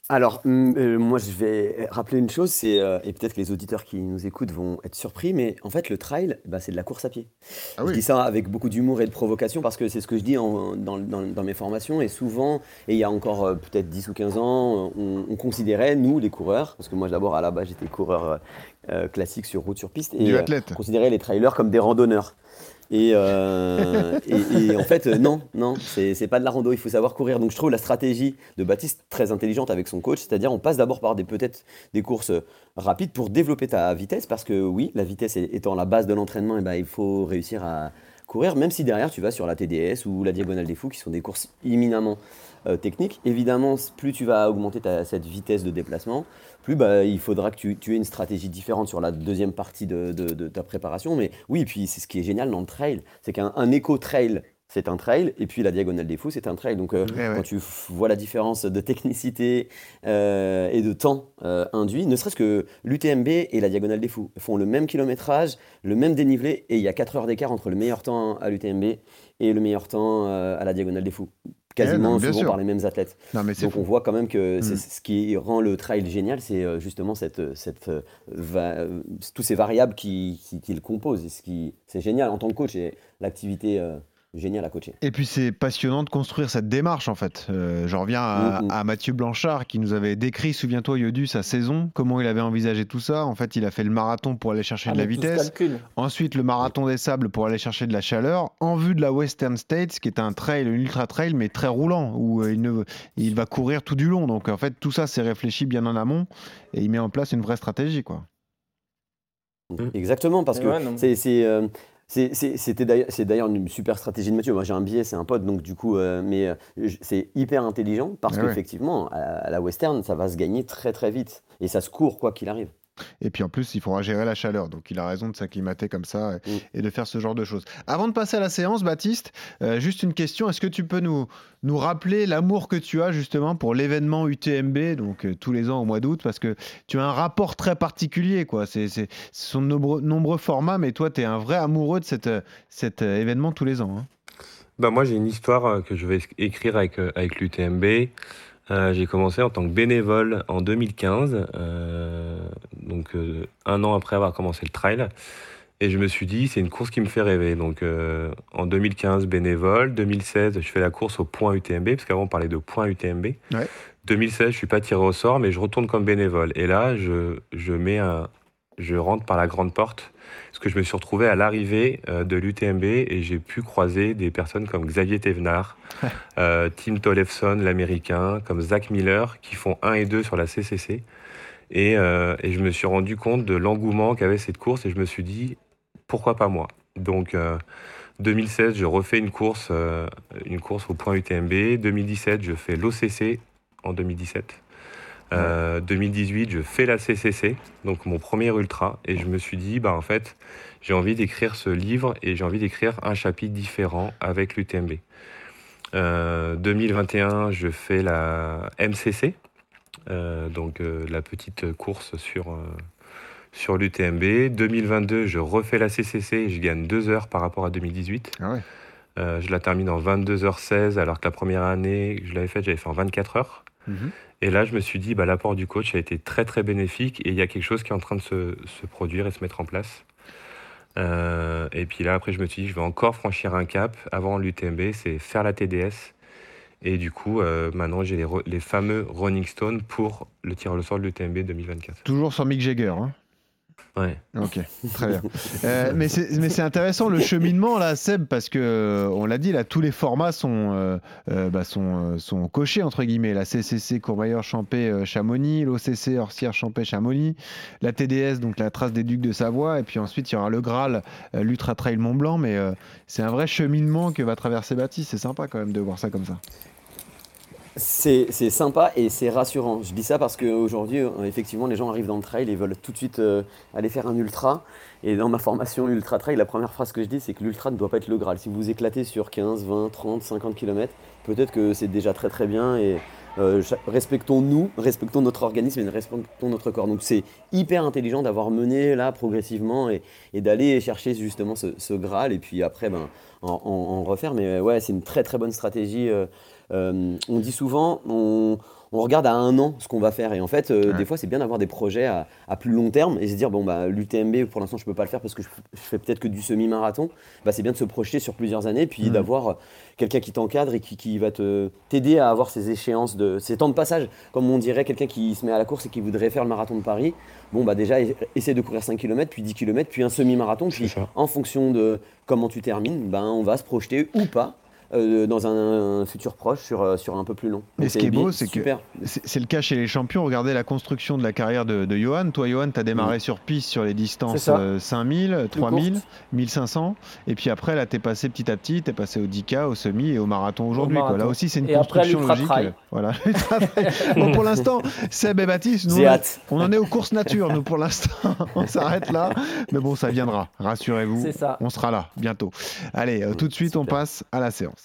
Alors, moi, je vais rappeler une chose, et peut-être que les auditeurs qui nous écoutent vont être surpris, mais en fait, le trail, bah, c'est de la course à pied.
Ah
Je
oui.
dis ça avec beaucoup d'humour et de provocation parce que c'est ce que je dis dans mes formations. Et souvent, et il y a encore peut-être 10 ou 15 ans, on considérait, nous, les coureurs, parce que moi, d'abord, à la base, j'étais coureur classique sur route, sur piste, et
Du athlète.
on considérait les trailers comme des randonneurs. Et en fait, non, c'est pas de la rando, il faut savoir courir. Donc je trouve la stratégie de Baptiste très intelligente avec son coach, c'est-à-dire on passe d'abord par peut-être des courses rapides pour développer ta vitesse, parce que oui, la vitesse étant la base de l'entraînement, et ben, il faut réussir à courir, même si derrière tu vas sur la TDS ou la Diagonale des Fous, qui sont des courses éminemment techniques. Évidemment, plus tu vas augmenter cette vitesse de déplacement, plus bah, il faudra que tu aies une stratégie différente sur la deuxième partie de ta préparation. Mais oui, puis c'est ce qui est génial dans le trail, c'est qu'un éco-trail, c'est un trail, et puis la Diagonale des Fous, c'est un trail. Donc quand tu vois la différence de technicité et de temps induit, ne serait-ce que l'UTMB et la Diagonale des Fous font le même kilométrage, le même dénivelé, et il y a 4 heures d'écart entre le meilleur temps à l'UTMB et le meilleur temps à la Diagonale des Fous. Quasiment
bien
souvent
sûr.
par les mêmes athlètes.
Non, mais c'est
Donc
fou.
on voit quand même que ce qui rend le trail génial, c'est justement tous ces variables qui le composent. C'est génial en tant que coach, et l'activité géniale à coacher.
Et puis c'est passionnant de construire cette démarche en fait. J'en reviens à Mathieu Blanchard qui nous avait décrit, souviens-toi Yodu, sa saison, comment il avait envisagé tout ça. En fait, il a fait le marathon pour aller chercher de la
mais tout se
vitesse,
calcule.
ensuite le marathon des sables pour aller chercher de la chaleur, en vue de la Western States qui est un trail, un ultra trail mais très roulant où il va courir tout du long. Donc en fait tout ça c'est réfléchi bien en amont et il met en place une vraie stratégie quoi.
Exactement, parce
Mais
que
ouais, non.
c'est d'ailleurs une super stratégie de Mathieu. Moi, j'ai un biais, c'est un pote, donc du coup, c'est hyper intelligent parce
Ah ouais.
qu'effectivement, à la western, ça va se gagner très très vite et ça se court quoi qu'il arrive.
Et puis en plus, il faudra gérer la chaleur. Donc il a raison de s'acclimater comme ça et de faire ce genre de choses. Avant de passer à la séance, Baptiste, juste une question. Est-ce que tu peux nous rappeler l'amour que tu as justement pour l'événement UTMB, donc tous les ans au mois d'août, parce que tu as un rapport très particulier, quoi. Ce sont de nombreux formats, mais toi, tu es un vrai amoureux de cet événement tous les ans, hein.
Bah moi, j'ai une histoire que je vais écrire avec l'UTMB. J'ai commencé en tant que bénévole en 2015, donc un an après avoir commencé le trail. Et je me suis dit, c'est une course qui me fait rêver. Donc en 2015, bénévole. 2016, je fais la course au point UTMB, parce qu'avant on parlait de point UTMB.
Ouais.
2016, je suis pas tiré au sort, mais je retourne comme bénévole. Et là, je rentre par la grande porte, parce que je me suis retrouvé à l'arrivée de l'UTMB et j'ai pu croiser des personnes comme Xavier Thévenard, Tim Tollefson, l'américain, comme Zach Miller, qui font 1 et 2 sur la CCC. Et je me suis rendu compte de l'engouement qu'avait cette course et je me suis dit, pourquoi pas moi? Donc 2016, je refais une course au point UTMB. 2017, je fais l'OCC en 2017. 2018, je fais la CCC, donc mon premier ultra, et je me suis dit, bah en fait, j'ai envie d'écrire ce livre et j'ai envie d'écrire un chapitre différent avec l'UTMB. 2021, je fais la MCC, donc la petite course sur l'UTMB. 2022, je refais la CCC et je gagne 2 heures par rapport à 2018.
Ah ouais.
Je la termine en 22h16, alors que la première année que je l'avais faite, j'avais fait en 24 heures. Et là, je me suis dit, bah, l'apport du coach a été très, très bénéfique et il y a quelque chose qui est en train de se produire et se mettre en place. Et puis là, après, je me suis dit, je vais encore franchir un cap avant l'UTMB, c'est faire la TDS. Et du coup, maintenant, j'ai les fameux Running Stones pour le tir au sort de l'UTMB 2024.
Toujours sur Mick Jagger, hein.
Ouais.
Ok, très bien. Mais c'est intéressant le cheminement là, Seb, parce que on l'a dit là, tous les formats sont cochés entre guillemets. La CCC Courmayeur Champé Chamonix, l'OCC Orsières Champé Chamonix, la TDS donc la Trace des Ducs de Savoie, et puis ensuite il y aura le Graal, l'Ultra Trail Mont Blanc. Mais c'est un vrai cheminement que va traverser Baptiste. C'est sympa quand même de voir ça comme ça.
C'est sympa et c'est rassurant. Je dis ça parce qu'aujourd'hui, effectivement, les gens arrivent dans le trail et veulent tout de suite aller faire un ultra. Et dans ma formation ultra trail, la première phrase que je dis, c'est que l'ultra ne doit pas être le Graal. Si vous vous éclatez sur 15, 20, 30, 50 km, peut-être que c'est déjà très très bien. Et respectons-nous, respectons notre organisme et respectons notre corps. Donc c'est hyper intelligent d'avoir mené là progressivement et d'aller chercher justement ce Graal et puis après en refaire. Mais ouais, c'est une très très bonne stratégie On dit souvent, on regarde à 1 an ce qu'on va faire. Et en fait, des fois, c'est bien d'avoir des projets à plus long terme et se dire, bon, l'UTMB, pour l'instant, je ne peux pas le faire parce que je fais peut-être que du semi-marathon. C'est bien de se projeter sur plusieurs années, puis d'avoir quelqu'un qui t'encadre et qui va t'aider à avoir ces échéances, ces temps de passage. Comme on dirait, quelqu'un qui se met à la course et qui voudrait faire le marathon de Paris. Déjà, essaie de courir 5 km, puis 10 km, puis un semi-marathon. Puis en fonction de comment tu termines, on va se projeter ou pas. Dans un futur proche sur un peu plus long.
Mais ce qui est beau, c'est que c'est le cas chez les champions. Regardez la construction de la carrière de Johan. Toi, Johan, tu as démarré sur piste sur les distances 5000, 3000, 1500. Et puis après, là, tu es passé petit à petit, tu es passé au 10K, au semi et au marathon aujourd'hui. Là aussi, c'est une construction logique. Voilà. Bon, pour l'instant, Seb et Baptiste, nous, on en est aux courses nature. Nous, pour l'instant, on s'arrête là. Mais bon, ça viendra. Rassurez-vous, on sera là bientôt. Allez, tout de suite, on passe à la séance.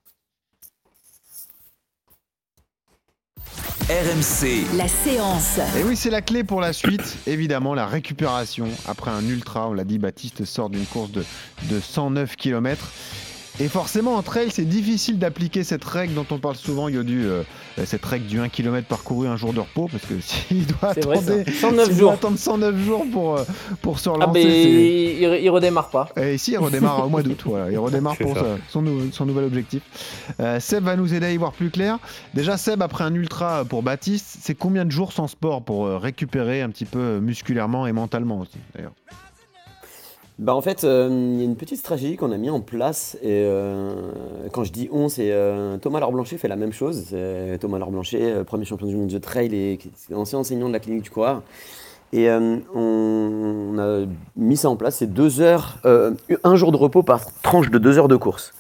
RMC. La séance.
Et oui, c'est la clé pour la suite. Évidemment, la récupération. Après un ultra, on l'a dit, Baptiste sort d'une course de 109 km. Et forcément, en trail, c'est difficile d'appliquer cette règle dont on parle souvent, Yodu, cette règle du 1 km parcouru, un jour de repos, parce que s'il doit attendre 109 jours pour se relancer...
il redémarre pas.
Et ici, il redémarre au mois d'août, voilà. Il redémarre pour son nouvel objectif. Seb va nous aider à y voir plus clair. Déjà, Seb, après un ultra pour Baptiste, c'est combien de jours sans sport pour récupérer un petit peu musculairement et mentalement aussi, d'ailleurs?
En fait, il y a une petite stratégie qu'on a mis en place. Et quand je dis on, c'est Thomas Laure-Blanchet fait la même chose. C'est Thomas Laure-Blanchet, premier champion du monde de trail et ancien enseignant de la clinique du coureur. Et on a mis ça en place. C'est 2 heures, un jour de repos par tranche de 2 heures de course.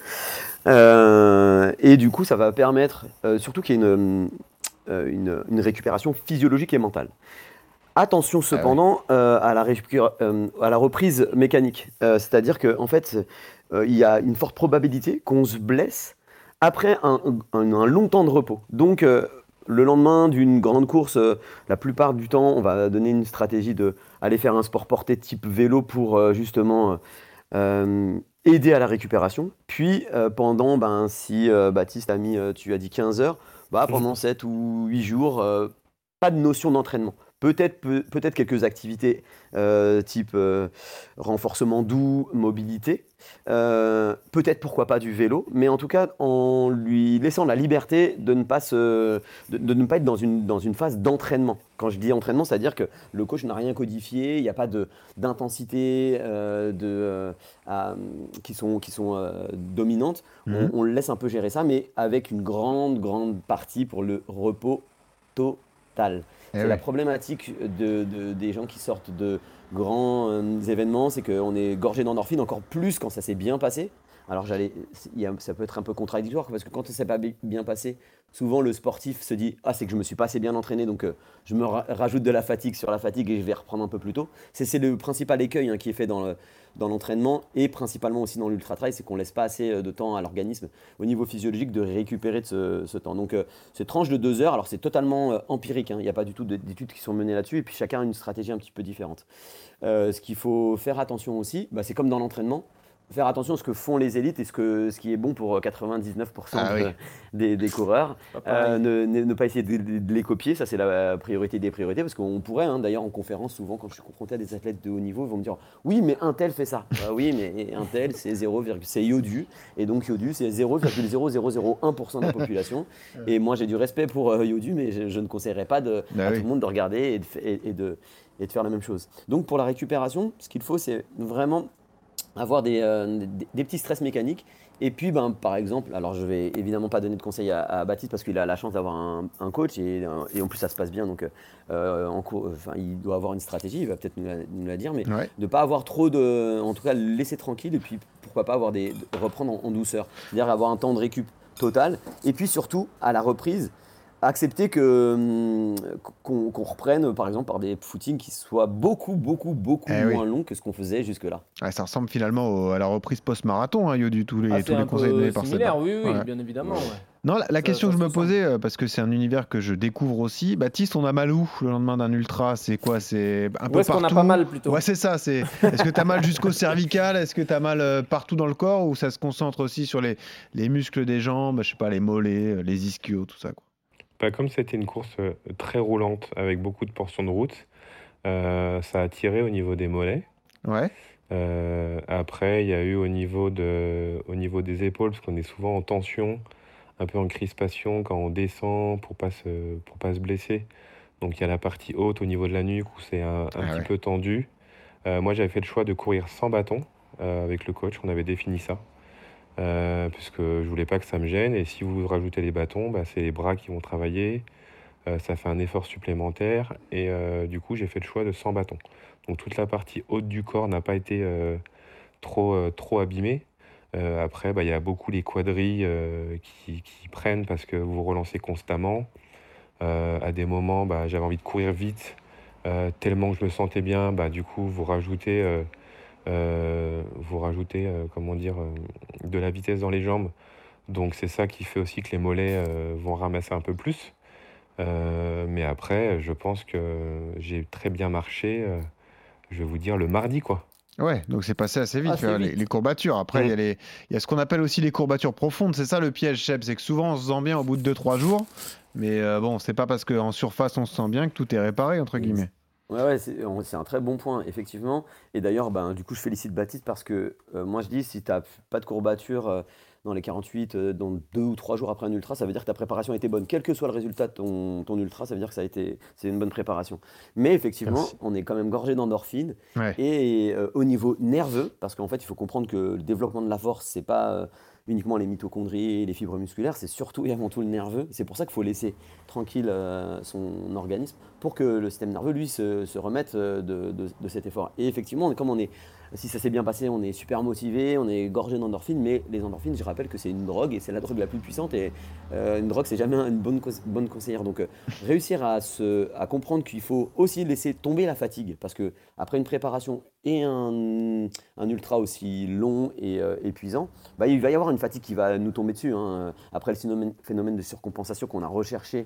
Et du coup, ça va permettre surtout qu'il y ait une récupération physiologique et mentale. Attention cependant à la reprise mécanique. C'est-à-dire qu'en fait, il y a une forte probabilité qu'on se blesse après un long temps de repos. Donc, le lendemain d'une grande course, la plupart du temps, on va donner une stratégie d'aller faire un sport porté type vélo pour justement aider à la récupération. Puis, si Baptiste tu as dit 15 heures, pendant 7 ou 8 jours, pas de notion d'entraînement. Peut-être quelques activités type renforcement doux, mobilité, peut-être pourquoi pas du vélo, mais en tout cas en lui laissant la liberté de ne pas être dans une phase d'entraînement. Quand je dis entraînement, c'est-à-dire que le coach n'a rien codifié, il n'y a pas d'intensité qui sont dominantes. On le laisse un peu gérer ça, mais avec une grande partie pour le repos total. C'est la problématique des gens qui sortent de grands événements, c'est qu'on est gorgé d'endorphines encore plus quand ça s'est bien passé. Alors ça peut être un peu contradictoire parce que quand ça ne s'est pas bien passé, souvent le sportif se dit « Ah, c'est que je ne me suis pas assez bien entraîné, donc je me rajoute de la fatigue sur la fatigue et je vais reprendre un peu plus tôt ». C'est le principal écueil qui est fait dans l'entraînement et principalement aussi dans l'ultra-trail, c'est qu'on ne laisse pas assez de temps à l'organisme au niveau physiologique de récupérer de ce temps. Donc cette tranche de 2 heures, alors c'est totalement empirique, il n'y a pas du tout d'études qui sont menées là-dessus et puis chacun a une stratégie un petit peu différente. Ce qu'il faut faire attention aussi, c'est comme dans l'entraînement, faire attention à ce que font les élites et ce qui est bon pour 99% des coureurs. Ne pas essayer de les copier, ça c'est la priorité des priorités, parce qu'on pourrait, d'ailleurs en conférence, souvent quand je suis confronté à des athlètes de haut niveau, ils vont me dire « Oui, mais un tel fait ça ». Oui, mais un tel, c'est Yodu, et donc Yodu, c'est 0,0001% de la population. Et moi, j'ai du respect pour Yodu, mais je ne conseillerais pas à tout le monde de regarder et de faire la même chose. Donc pour la récupération, ce qu'il faut, c'est vraiment avoir des petits stress mécaniques. Et puis, par exemple, alors je vais évidemment pas donner de conseils à Baptiste parce qu'il a la chance d'avoir un coach et en plus ça se passe bien, donc il doit avoir une stratégie, il va peut-être nous la dire, mais de ne pas avoir trop en tout cas le laisser tranquille et puis pourquoi pas reprendre en douceur, c'est-à-dire avoir un temps de récup total et puis surtout à la reprise, accepter qu'on reprenne par exemple par des footings qui soient beaucoup moins longs que ce qu'on faisait jusque-là.
Ça ressemble finalement à la reprise post-marathon, Yodu, tous les conseils donnés par Seb.
Oui, bien évidemment.
Non, la
Ça-
question
ça
que je
se
me
ressent.
posais, parce que c'est un univers que je découvre aussi, Baptiste, on a mal où le lendemain d'un ultra? C'est quoi? C'est un
Où
peu
est-ce qu'on a
partout?
pas mal plutôt?
Ouais, c'est ça. Est-ce que tu as mal jusqu'au cervical? Est-ce que tu as mal partout dans le corps? Ou ça se concentre aussi sur les muscles des jambes, je sais pas, les mollets, les ischios, tout ça, quoi.
Bah, comme c'était une course très roulante avec beaucoup de portions de route, ça a tiré au niveau des mollets.
Ouais.
Après, il y a eu au niveau des épaules, parce qu'on est souvent en tension, un peu en crispation quand on descend pour pas se blesser. Donc il y a la partie haute au niveau de la nuque où c'est un petit
Ouais.
peu tendu. Moi, j'avais fait le choix de courir sans bâton avec le coach, on avait défini ça. Puisque je voulais pas que ça me gêne. Et si vous rajoutez les bâtons, bah, c'est les bras qui vont travailler. Ça fait un effort supplémentaire. Et du coup, j'ai fait le choix de sans bâton. Donc toute la partie haute du corps n'a pas été trop abîmée. Après, bah, il y a beaucoup les quadrilles qui prennent parce que vous relancez constamment. À des moments, bah, j'avais envie de courir vite, tellement que je me sentais bien. Bah, du coup, vous rajoutez, comment dire, de la vitesse dans les jambes. Donc c'est ça qui fait aussi que les mollets vont ramasser un peu plus. Mais après, je pense que j'ai très bien marché, je vais vous dire, le mardi, quoi.
Ouais, donc c'est passé assez vite,
Assez
tu vois,
vite.
les courbatures. Après,
Mm.
il y a ce qu'on appelle aussi les courbatures profondes. C'est ça le piège, Seb, c'est que souvent on se sent bien au bout de 2-3 jours. Mais bon, c'est pas parce qu'en surface on se sent bien que tout est réparé, entre guillemets.
Ouais, c'est un très bon point, effectivement. Et d'ailleurs, ben, du coup, je félicite Baptiste parce que moi, je dis, si tu n'as pas de courbature dans les 48, dans 2 ou 3 jours après un ultra, ça veut dire que ta préparation a été bonne. Quel que soit le résultat de ton ultra, ça veut dire que c'est une bonne préparation. Mais effectivement,
Merci.
on est quand même gorgé d'endorphines.
Ouais.
Et au niveau nerveux, parce qu'en fait, il faut comprendre que le développement de la force, c'est pas uniquement les mitochondries et les fibres musculaires, c'est surtout et avant tout le nerveux. C'est pour ça qu'il faut laisser tranquille son organisme pour que le système nerveux, lui, se remette de cet effort. Et effectivement, si ça s'est bien passé, on est super motivé, on est gorgé d'endorphines, mais les endorphines, je rappelle que c'est une drogue et c'est la drogue la plus puissante. Et une drogue, c'est jamais une bonne conseillère. Donc, réussir à comprendre qu'il faut aussi laisser tomber la fatigue, parce que après une préparation et un ultra aussi long et épuisant, bah, il va y avoir une fatigue qui va nous tomber dessus, hein. Après le phénomène de surcompensation qu'on a recherché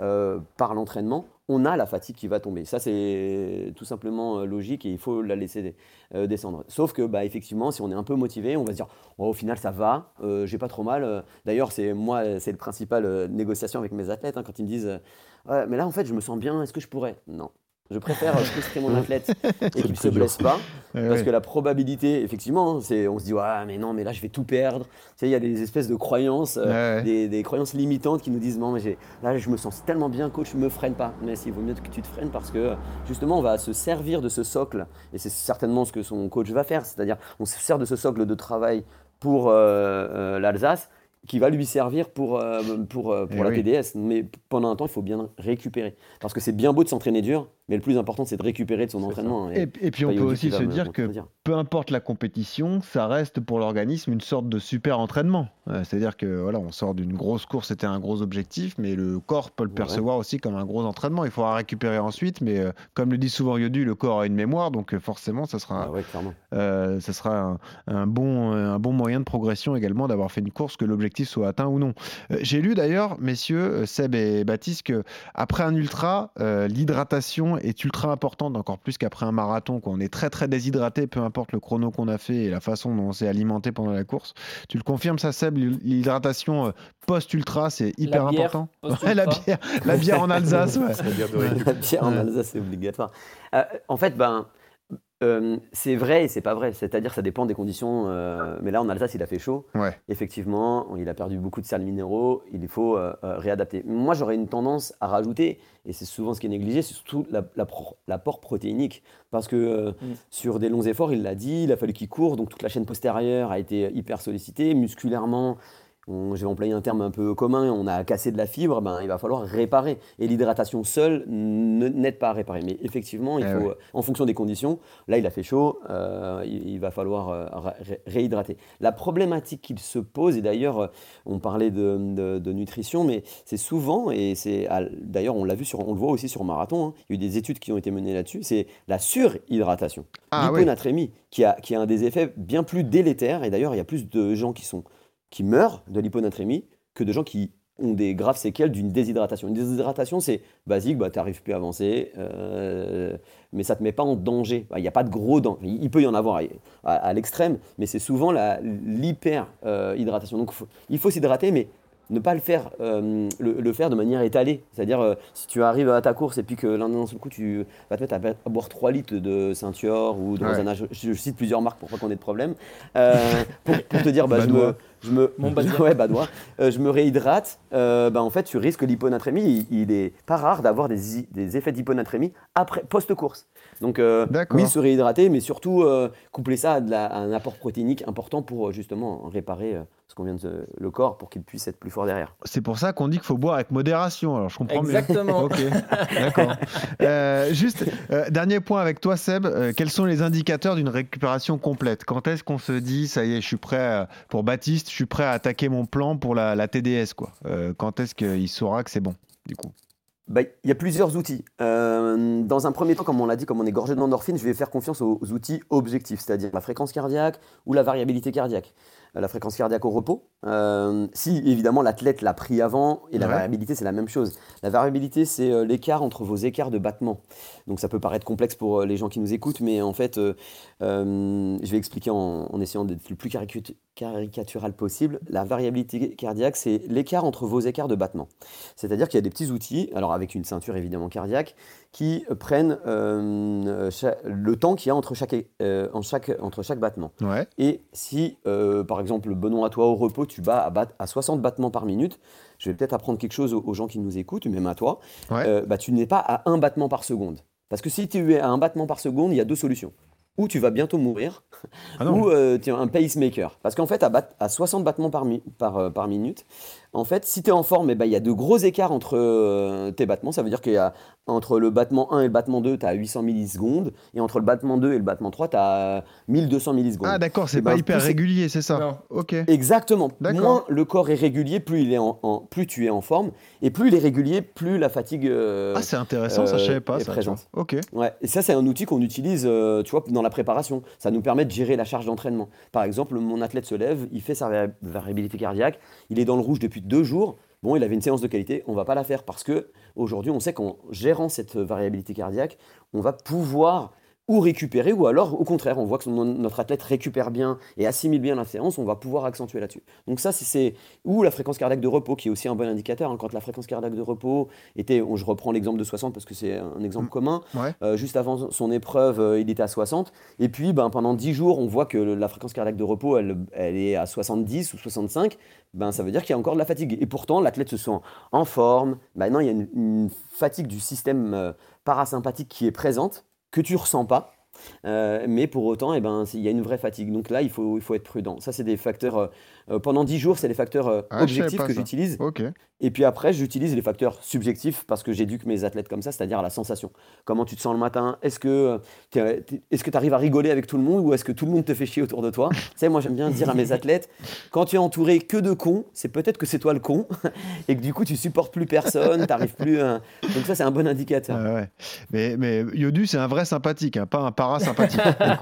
par l'entraînement, on a la fatigue qui va tomber. Ça, c'est tout simplement logique et il faut la laisser descendre. Sauf que, bah, effectivement, si on est un peu motivé, on va se dire oh, au final, ça va, j'ai pas trop mal. D'ailleurs, c'est le principal négociation avec mes athlètes, hein, quand ils me disent ouais, mais là, en fait, je me sens bien, est-ce que je pourrais? Non. Je préfère frustrer mon athlète et qu'il ne se blesse pas, parce que la probabilité, effectivement, on se dit ouais, mais non, mais là je vais tout perdre. Tu sais, il y a des espèces de croyances, des croyances limitantes qui nous disent non, mais là je me sens tellement bien, coach, me freine pas. Mais il vaut mieux que tu te freines parce que justement on va se servir de ce socle et c'est certainement ce que son coach va faire, c'est-à-dire on se sert de ce socle de travail pour l'Alsace, qui va lui servir pour la
oui.
TDS. Mais pendant un temps, il faut bien récupérer. Parce que c'est bien beau de s'entraîner dur, mais le plus important, c'est de récupérer de son entraînement.
Et puis on peut aussi se dire que peu importe la compétition, ça reste pour l'organisme une sorte de super entraînement. C'est-à-dire que voilà, on sort d'une grosse course, c'était un gros objectif, mais le corps peut le percevoir aussi comme un gros entraînement. Il faudra récupérer ensuite, mais comme le dit souvent Yodu, le corps a une mémoire, donc forcément, ça sera un bon moyen de progression également d'avoir fait une course, que l'objectif soit atteint ou non. J'ai lu d'ailleurs, messieurs, Seb et Baptiste, que après un ultra, l'hydratation est ultra importante, encore plus qu'après un marathon, quoi. On est très très déshydraté, peu importe le chrono qu'on a fait et la façon dont on s'est alimenté pendant la course. Tu le confirmes ça, Seb, l'hydratation post-ultra, c'est hyper important.
Ouais,
la bière en Alsace. Ouais.
La bière en Alsace, c'est obligatoire. En fait, c'est vrai et c'est pas vrai. C'est-à-dire que ça dépend des conditions. Mais là, en Alsace, il a fait chaud.
Ouais.
Effectivement, il a perdu beaucoup de sels minéraux. Il faut réadapter. Moi, j'aurais une tendance à rajouter, et c'est souvent ce qui est négligé, c'est surtout l'apport protéinique. Parce que sur des longs efforts, il l'a dit, il a fallu qu'il court. Donc toute la chaîne postérieure a été hyper sollicitée. Musculairement, j'ai employé un terme un peu commun, on a cassé de la fibre, il va falloir réparer. Et l'hydratation seule n'aide pas à réparer. Mais effectivement, il faut, en fonction des conditions, là il a fait chaud, il va falloir réhydrater. La problématique qu'il se pose, et d'ailleurs on parlait de nutrition, mais c'est souvent, et d'ailleurs on le voit aussi sur marathon, hein, il y a eu des études qui ont été menées là-dessus, c'est la surhydratation. L'hyponatrémie, qui a un des effets bien plus délétères, et d'ailleurs il y a plus de gens qui meurent de l'hyponatrémie que de gens qui ont des graves séquelles d'une déshydratation. Une déshydratation, c'est basique, tu n'arrives plus à avancer, mais ça ne te met pas en danger. Il n'y a pas de gros danger. Il peut y en avoir à l'extrême, mais c'est souvent l'hyper-hydratation. Donc il faut s'hydrater, mais ne pas le faire de manière étalée. C'est-à-dire, si tu arrives à ta course et puis que d'un seul coup, tu vas te mettre à boire 3 litres de Ceinture ou de Rosana, je cite plusieurs marques pour pas qu'on ait de problème, pour te dire,
Badois.
je me réhydrate, en fait, tu risques l'hyponatrémie. Il est pas rare d'avoir des effets d'hyponatrémie post-course. Donc, oui, se réhydrater, mais surtout coupler ça à un apport protéinique important pour justement réparer ce qu'on vient de le corps pour qu'il puisse être plus fort derrière.
C'est pour ça qu'on dit qu'il faut boire avec modération. Alors, je comprends mieux.
Exactement.
Ok, d'accord. Juste, dernier point avec toi, Seb. Quels sont les indicateurs d'une récupération complète ? Quand est-ce qu'on se dit, ça y est, je suis prêt pour Baptiste, je suis prêt à attaquer mon plan pour la TDS, quoi. Quand est-ce qu'il saura que c'est bon, du coup ?
Il y a plusieurs outils. Dans un premier temps, comme on l'a dit, comme on est gorgé d'endorphine, je vais faire confiance aux outils objectifs, c'est-à-dire la fréquence cardiaque ou la variabilité cardiaque. La fréquence cardiaque au repos, si évidemment l'athlète l'a pris avant, et la variabilité c'est la même chose. La variabilité c'est l'écart entre vos écarts de battement. Donc ça peut paraître complexe pour les gens qui nous écoutent, mais en fait je vais expliquer en essayant d'être le plus caricatural possible. La variabilité cardiaque c'est l'écart entre vos écarts de battement. C'est-à-dire qu'il y a des petits outils, alors avec une ceinture évidemment cardiaque, qui prennent le temps qu'il y a entre chaque battement.
Ouais.
Et si, par exemple, Benoît, toi, au repos, tu bats à 60 battements par minute, je vais peut-être apprendre quelque chose aux gens qui nous écoutent, même à toi, tu n'es pas à 1 battement par seconde. Parce que si tu es à 1 battement par seconde, il y a 2 solutions. Ou tu vas bientôt mourir, ou tu es un pacemaker. Parce qu'en fait, à 60 battements par minute, en fait, si tu es en forme, il y a de gros écarts entre tes battements. Ça veut dire qu'il y a entre le battement 1 et le battement 2, tu as 800 millisecondes. Et entre le battement 2 et le battement 3, tu as 1200 millisecondes.
Ah d'accord, c'est pas hyper régulier, c'est ça.
Non.
Ok.
Exactement. Moins le corps est régulier, plus plus tu es en forme. Et plus il est régulier, plus la fatigue
c'est intéressant, ça je savais pas.
est présente.
Ok.
Ouais. Et ça, c'est un outil qu'on utilise tu vois, dans la préparation. Ça nous permet de gérer la charge d'entraînement. Par exemple, mon athlète se lève, il fait sa variabilité cardiaque, il est dans le rouge depuis 2 jours. Bon, il avait une séance de qualité, on ne va pas la faire parce qu'aujourd'hui, on sait qu'en gérant cette variabilité cardiaque, on va pouvoir ou récupérer, ou alors au contraire, on voit que notre athlète récupère bien et assimile bien la séance, on va pouvoir accentuer là-dessus. Donc ça, ou la fréquence cardiaque de repos, qui est aussi un bon indicateur. Hein. Quand la fréquence cardiaque de repos était, je reprends l'exemple de 60 parce que c'est un exemple commun, juste avant son épreuve, il était à 60, et puis pendant 10 jours, on voit que la fréquence cardiaque de repos, elle est à 70 ou 65, ça veut dire qu'il y a encore de la fatigue. Et pourtant, l'athlète se sent en forme. Maintenant, il y a une fatigue du système parasympathique qui est présente, que tu ne ressens pas, mais pour autant, il y a une vraie fatigue. Donc là, il faut être prudent. Ça, c'est des facteurs... pendant 10 jours, c'est les facteurs objectifs que j'utilise.
Okay.
Et puis après, j'utilise les facteurs subjectifs parce que j'éduque mes athlètes comme ça, c'est-à-dire à la sensation. Comment tu te sens le matin ? Est-ce que tu arrives à rigoler avec tout le monde ou est-ce que tout le monde te fait chier autour de toi ? Tu sais, moi, j'aime bien dire à mes athlètes, quand tu es entouré que de cons, c'est peut-être que c'est toi le con et que du coup, tu supportes plus personne, tu n'arrives plus... Donc ça, c'est un bon indicateur.
Mais Yodu, c'est un vrai sympathique, hein, pas un parasympathique.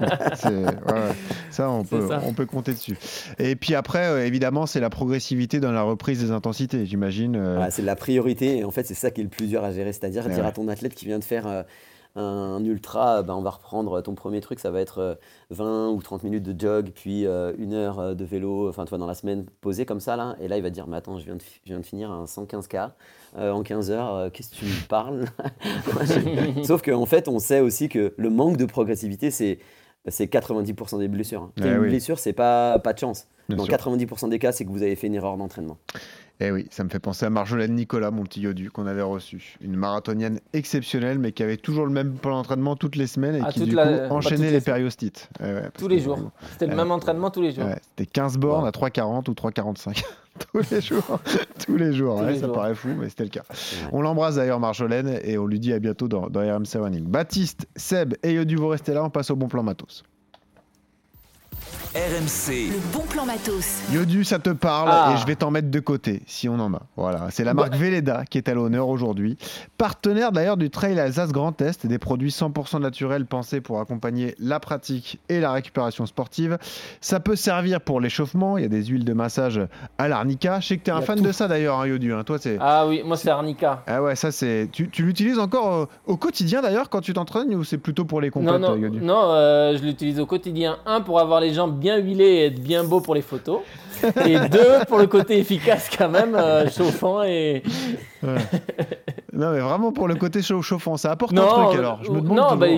Ça, on peut compter dessus. Et puis après, évidemment, c'est la progressivité dans la reprise des intensités, j'imagine.
C'est la priorité, et en fait, c'est ça qui est le plus dur à gérer, c'est-à-dire dire à ton athlète qui vient de faire un ultra, on va reprendre ton premier truc, ça va être 20 ou 30 minutes de jog, puis 1 heure de vélo, enfin, tu vois, dans la semaine, posé comme ça, là, et là, il va dire, mais attends, je viens de finir un 115K en 15 heures, qu'est-ce que tu me parles ? Sauf qu'en fait, on sait aussi que le manque de progressivité, c'est 90% des blessures. Une blessure, c'est pas de chance. Dans 90% des cas, c'est que vous avez fait une erreur d'entraînement.
Eh oui, ça me fait penser à Marjolaine Nicolas, mon petit Yodu, qu'on avait reçu. Une marathonienne exceptionnelle, mais qui avait toujours le même plan d'entraînement toutes les semaines et qui du coup enchaînait les périostites.
Tous les jours. C'était le même entraînement tous les jours.
C'était 15 bornes à 3,40 ou 3,45. Tous les jours. Tous les jours. Ça paraît fou, mais c'était le cas. On l'embrasse d'ailleurs, Marjolaine, et on lui dit à bientôt dans RMC Running. Baptiste, Seb et Yodu, vous restez là, on passe au bon plan matos.
RMC. Le bon plan matos.
Yodu, ça te parle et je vais t'en mettre de côté si on en a. Voilà, c'est la marque Velleda qui est à l'honneur aujourd'hui. Partenaire d'ailleurs du Trail Alsace Grand Est, des produits 100% naturels pensés pour accompagner la pratique et la récupération sportive. Ça peut servir pour l'échauffement, il y a des huiles de massage à l'arnica. Je sais que tu es un fan de ça d'ailleurs, hein, Yodu. Toi,
Ah oui, moi c'est arnica.
Ah ouais, ça c'est. Tu l'utilises encore au quotidien d'ailleurs quand tu t'entraînes ou c'est plutôt pour les compètes, Yodu?
Non, je l'utilise au quotidien. 1 pour avoir les jambes bien huilées et être bien beau pour les photos. Et 2 pour le côté efficace quand même, chauffant et.
Ouais. Non mais vraiment pour le côté chauffant, ça apporte un truc alors. Je me demande
non,
toujours.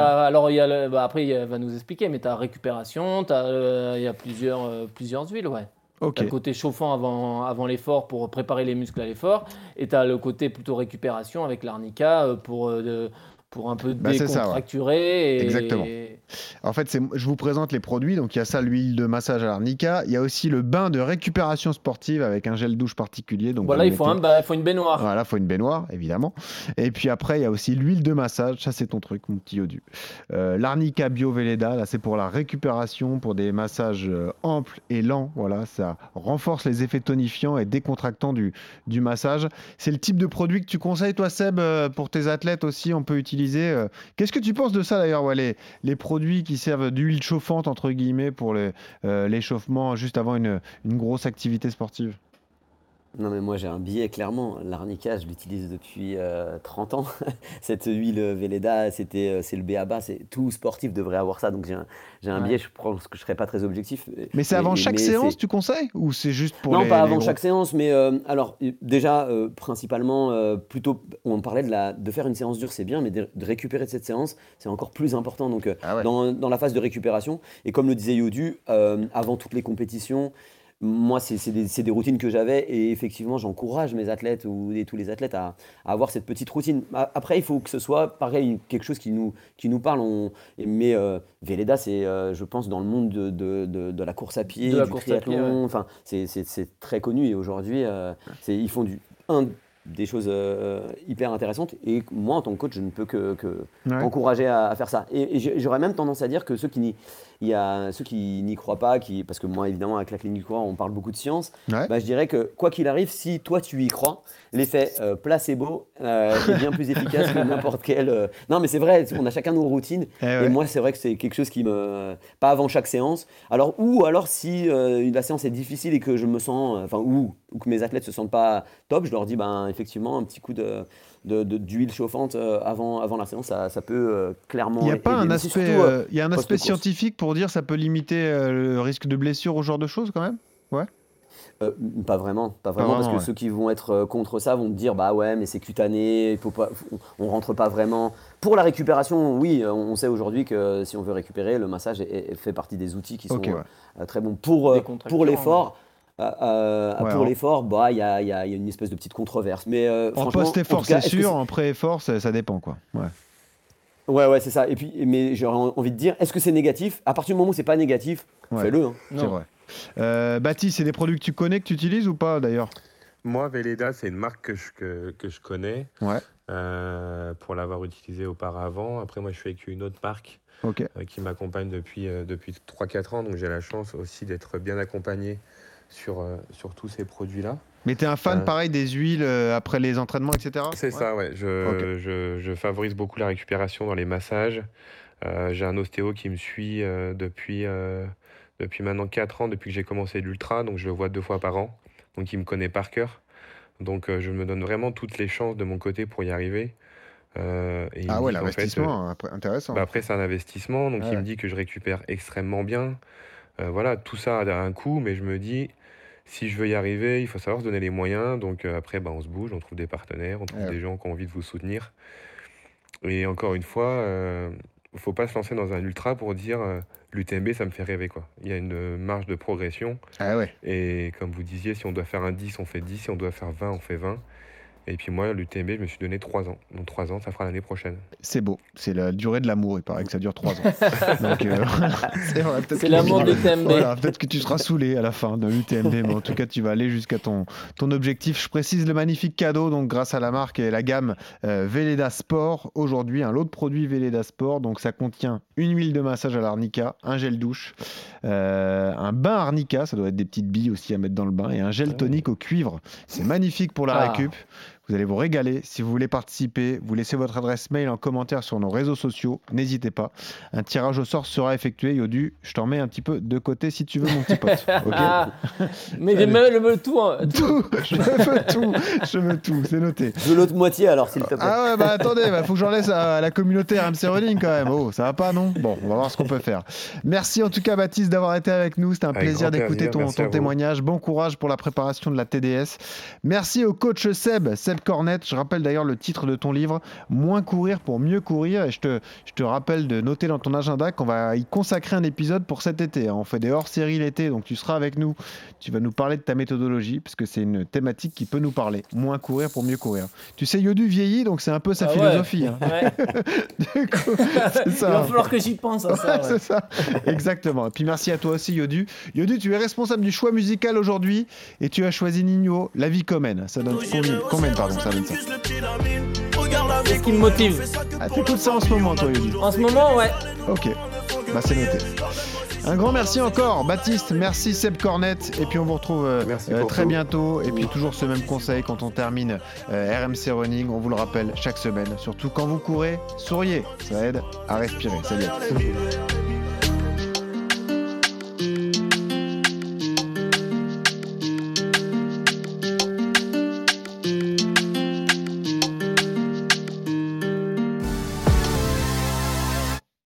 Après il va nous expliquer, mais tu as récupération, il y a plusieurs huiles, ouais.
Okay.
Tu as le côté chauffant avant l'effort pour préparer les muscles à l'effort, et tu as le côté plutôt récupération avec l'arnica pour un peu décontracturer.
Exactement. En fait, je vous présente les produits. Donc, il y a ça, l'huile de massage à l'arnica. Il y a aussi le bain de récupération sportive avec un gel douche particulier. Donc,
voilà, il faut une baignoire.
Voilà, il faut une baignoire, évidemment. Et puis après, il y a aussi l'huile de massage. Ça, c'est ton truc, mon petit Yodu. L'arnica Bio Velleda, là, c'est pour la récupération, pour des massages amples et lents. Voilà, ça renforce les effets tonifiants et décontractants du massage. C'est le type de produit que tu conseilles, toi, Seb, pour tes athlètes aussi. On peut utiliser. Qu'est-ce que tu penses de ça d'ailleurs, les produits qui servent d'huile chauffante entre guillemets pour l'échauffement juste avant une grosse activité sportive?
Non mais moi j'ai un billet clairement, l'arnica je l'utilise depuis 30 ans, cette huile Velleda c'est le b.a.-ba, tout sportif devrait avoir ça, donc j'ai un billet, je pense que je serais pas très objectif.
Mais c'est avant chaque séance tu conseilles ou c'est juste pour
Non pas avant chaque séance, mais alors déjà principalement plutôt on parlait de faire une séance dure c'est bien, mais de récupérer de cette séance c'est encore plus important, donc dans la phase de récupération, et comme le disait Yodu, avant toutes les compétitions, moi, c'est des routines que j'avais, et effectivement, j'encourage mes athlètes et tous les athlètes à avoir cette petite routine. Après, il faut que ce soit pareil, quelque chose qui nous parle. Mais Velleda, c'est, je pense, dans le monde de la course à pied, du triathlon. Enfin, c'est très connu, et aujourd'hui, ils font des choses hyper intéressantes, et moi en tant que coach je ne peux que encourager à faire ça, et j'aurais même tendance à dire que ceux qui n'y croient pas, parce que moi évidemment avec la clinique du coureur on parle beaucoup de science, je dirais que quoi qu'il arrive, si toi tu y crois, l'effet placebo est bien plus efficace que n'importe quel non mais c'est vrai, on a chacun nos routines, et moi c'est vrai que c'est quelque chose qui pas avant chaque séance, alors si la séance est difficile et que je me sens ou que mes athlètes se sentent pas top, je leur dis effectivement un petit coup d'huile chauffante avant la séance, ça peut clairement.
Il y a pas un aspect, il y a un aspect scientifique pour dire ça peut limiter le risque de blessure ou ce genre de choses quand même. Ouais.
Pas vraiment, parce que ceux qui vont être contre ça vont te dire mais c'est cutané, on rentre pas vraiment. Pour la récupération, oui, on sait aujourd'hui que si on veut récupérer, le massage fait partie des outils qui sont très bons pour l'effort. Pour l'effort, il y a une espèce de petite controverse. Mais
en post-effort, c'est sûr. En pré-effort, ça dépend, quoi.
Ouais, c'est ça. Et puis, mais j'aurais envie de dire, est-ce que c'est négatif? À partir du moment où c'est pas négatif, fais-le. Hein.
C'est vrai. Baptiste, c'est des produits que tu connais, que tu utilises ou pas d'ailleurs?
Moi, Velleda, c'est une marque que je connais.
Ouais.
Pour l'avoir utilisé auparavant. Après, moi, je suis avec une autre marque qui m'accompagne depuis 3-4 ans. Donc, j'ai la chance aussi d'être bien accompagné sur tous ces produits-là.
Mais tu es un fan pareil des huiles après les entraînements, etc.
C'est ça, ouais. Je favorise beaucoup la récupération dans les massages. J'ai un ostéo qui me suit depuis maintenant 4 ans, depuis que j'ai commencé l'ultra. Donc je le vois 2 fois par an. Donc il me connaît par cœur. Donc je me donne vraiment toutes les chances de mon côté pour y arriver.
L'investissement, intéressant.
Après, c'est un investissement. Donc il me dit que je récupère extrêmement bien. Voilà, tout ça a un coût, mais je me dis, si je veux y arriver, il faut savoir se donner les moyens. Donc après, on se bouge, on trouve des partenaires, on trouve des gens qui ont envie de vous soutenir. Et encore une fois, il ne faut pas se lancer dans un ultra pour dire l'UTMB, ça me fait rêver, quoi. Il y a une marge de progression. Et comme vous disiez, si on doit faire un 10, on fait 10. Si on doit faire 20, on fait 20. Et puis moi, l'UTMB, je me suis donné 3 ans. Donc 3 ans, ça fera l'année prochaine.
C'est beau, c'est la durée de l'amour, il paraît que ça dure 3 ans. Donc, c'est vrai,
C'est l'amour de l'UTMB.
Voilà, peut-être que tu seras saoulé à la fin de l'UTMB, mais en tout cas, tu vas aller jusqu'à ton objectif. Je précise le magnifique cadeau, donc grâce à la marque et la gamme Velleda Sport. Aujourd'hui, un lot de produits Velleda Sport. Donc ça contient une huile de massage à l'arnica, un gel douche, un bain arnica, ça doit être des petites billes aussi à mettre dans le bain, et un gel tonique au cuivre. C'est magnifique pour la récup. Vous allez vous régaler. Si vous voulez participer, vous laissez votre adresse mail en commentaire sur nos réseaux sociaux. N'hésitez pas. Un tirage au sort sera effectué. Yodu, je t'en mets un petit peu de côté si tu veux, mon petit pote. Okay.
Mais je veux tout.
Je veux tout. C'est noté.
Je veux l'autre moitié alors, s'il te plaît.
Ah ouais, bah attendez, faut que j'en laisse à la communauté RMC Running quand même. Oh, ça va pas, non? Bon, on va voir ce qu'on peut faire. Merci en tout cas, Baptiste, d'avoir été avec nous. C'était un plaisir d'écouter ton témoignage. Bon courage pour la préparation de la TDS. Merci au coach Seb Cornette. Je rappelle d'ailleurs le titre de ton livre, Moins courir pour mieux courir. Et je te rappelle de noter dans ton agenda qu'on va y consacrer un épisode pour cet été. On fait des hors-séries l'été, donc tu seras avec nous. Tu vas nous parler de ta méthodologie, parce que c'est une thématique qui peut nous parler. Moins courir pour mieux courir. Tu sais, Yodu vieillit, donc c'est un peu sa philosophie. Hein.
Ouais.
Du coup, c'est ça.
Il va falloir que j'y pense à ça. Ouais.
C'est ça, exactement. Et puis merci à toi aussi, Yodu. Yodu, tu es responsable du choix musical aujourd'hui et tu as choisi Nino, La vie qu'on mène. Ça donne combien, pardon, ça donne ça.
C'est ce qui me motive.
Ah, t'écoutes ça en ce moment, toi, Yodu?
En ce moment, ouais.
Ok, bah c'est noté. Un grand merci encore, Baptiste. Merci, Seb Cornette. Et puis on vous retrouve très bientôt. Et puis toujours ce même conseil quand on termine RMC Running. On vous le rappelle chaque semaine. Surtout quand vous courez, souriez. Ça aide à respirer. Salut.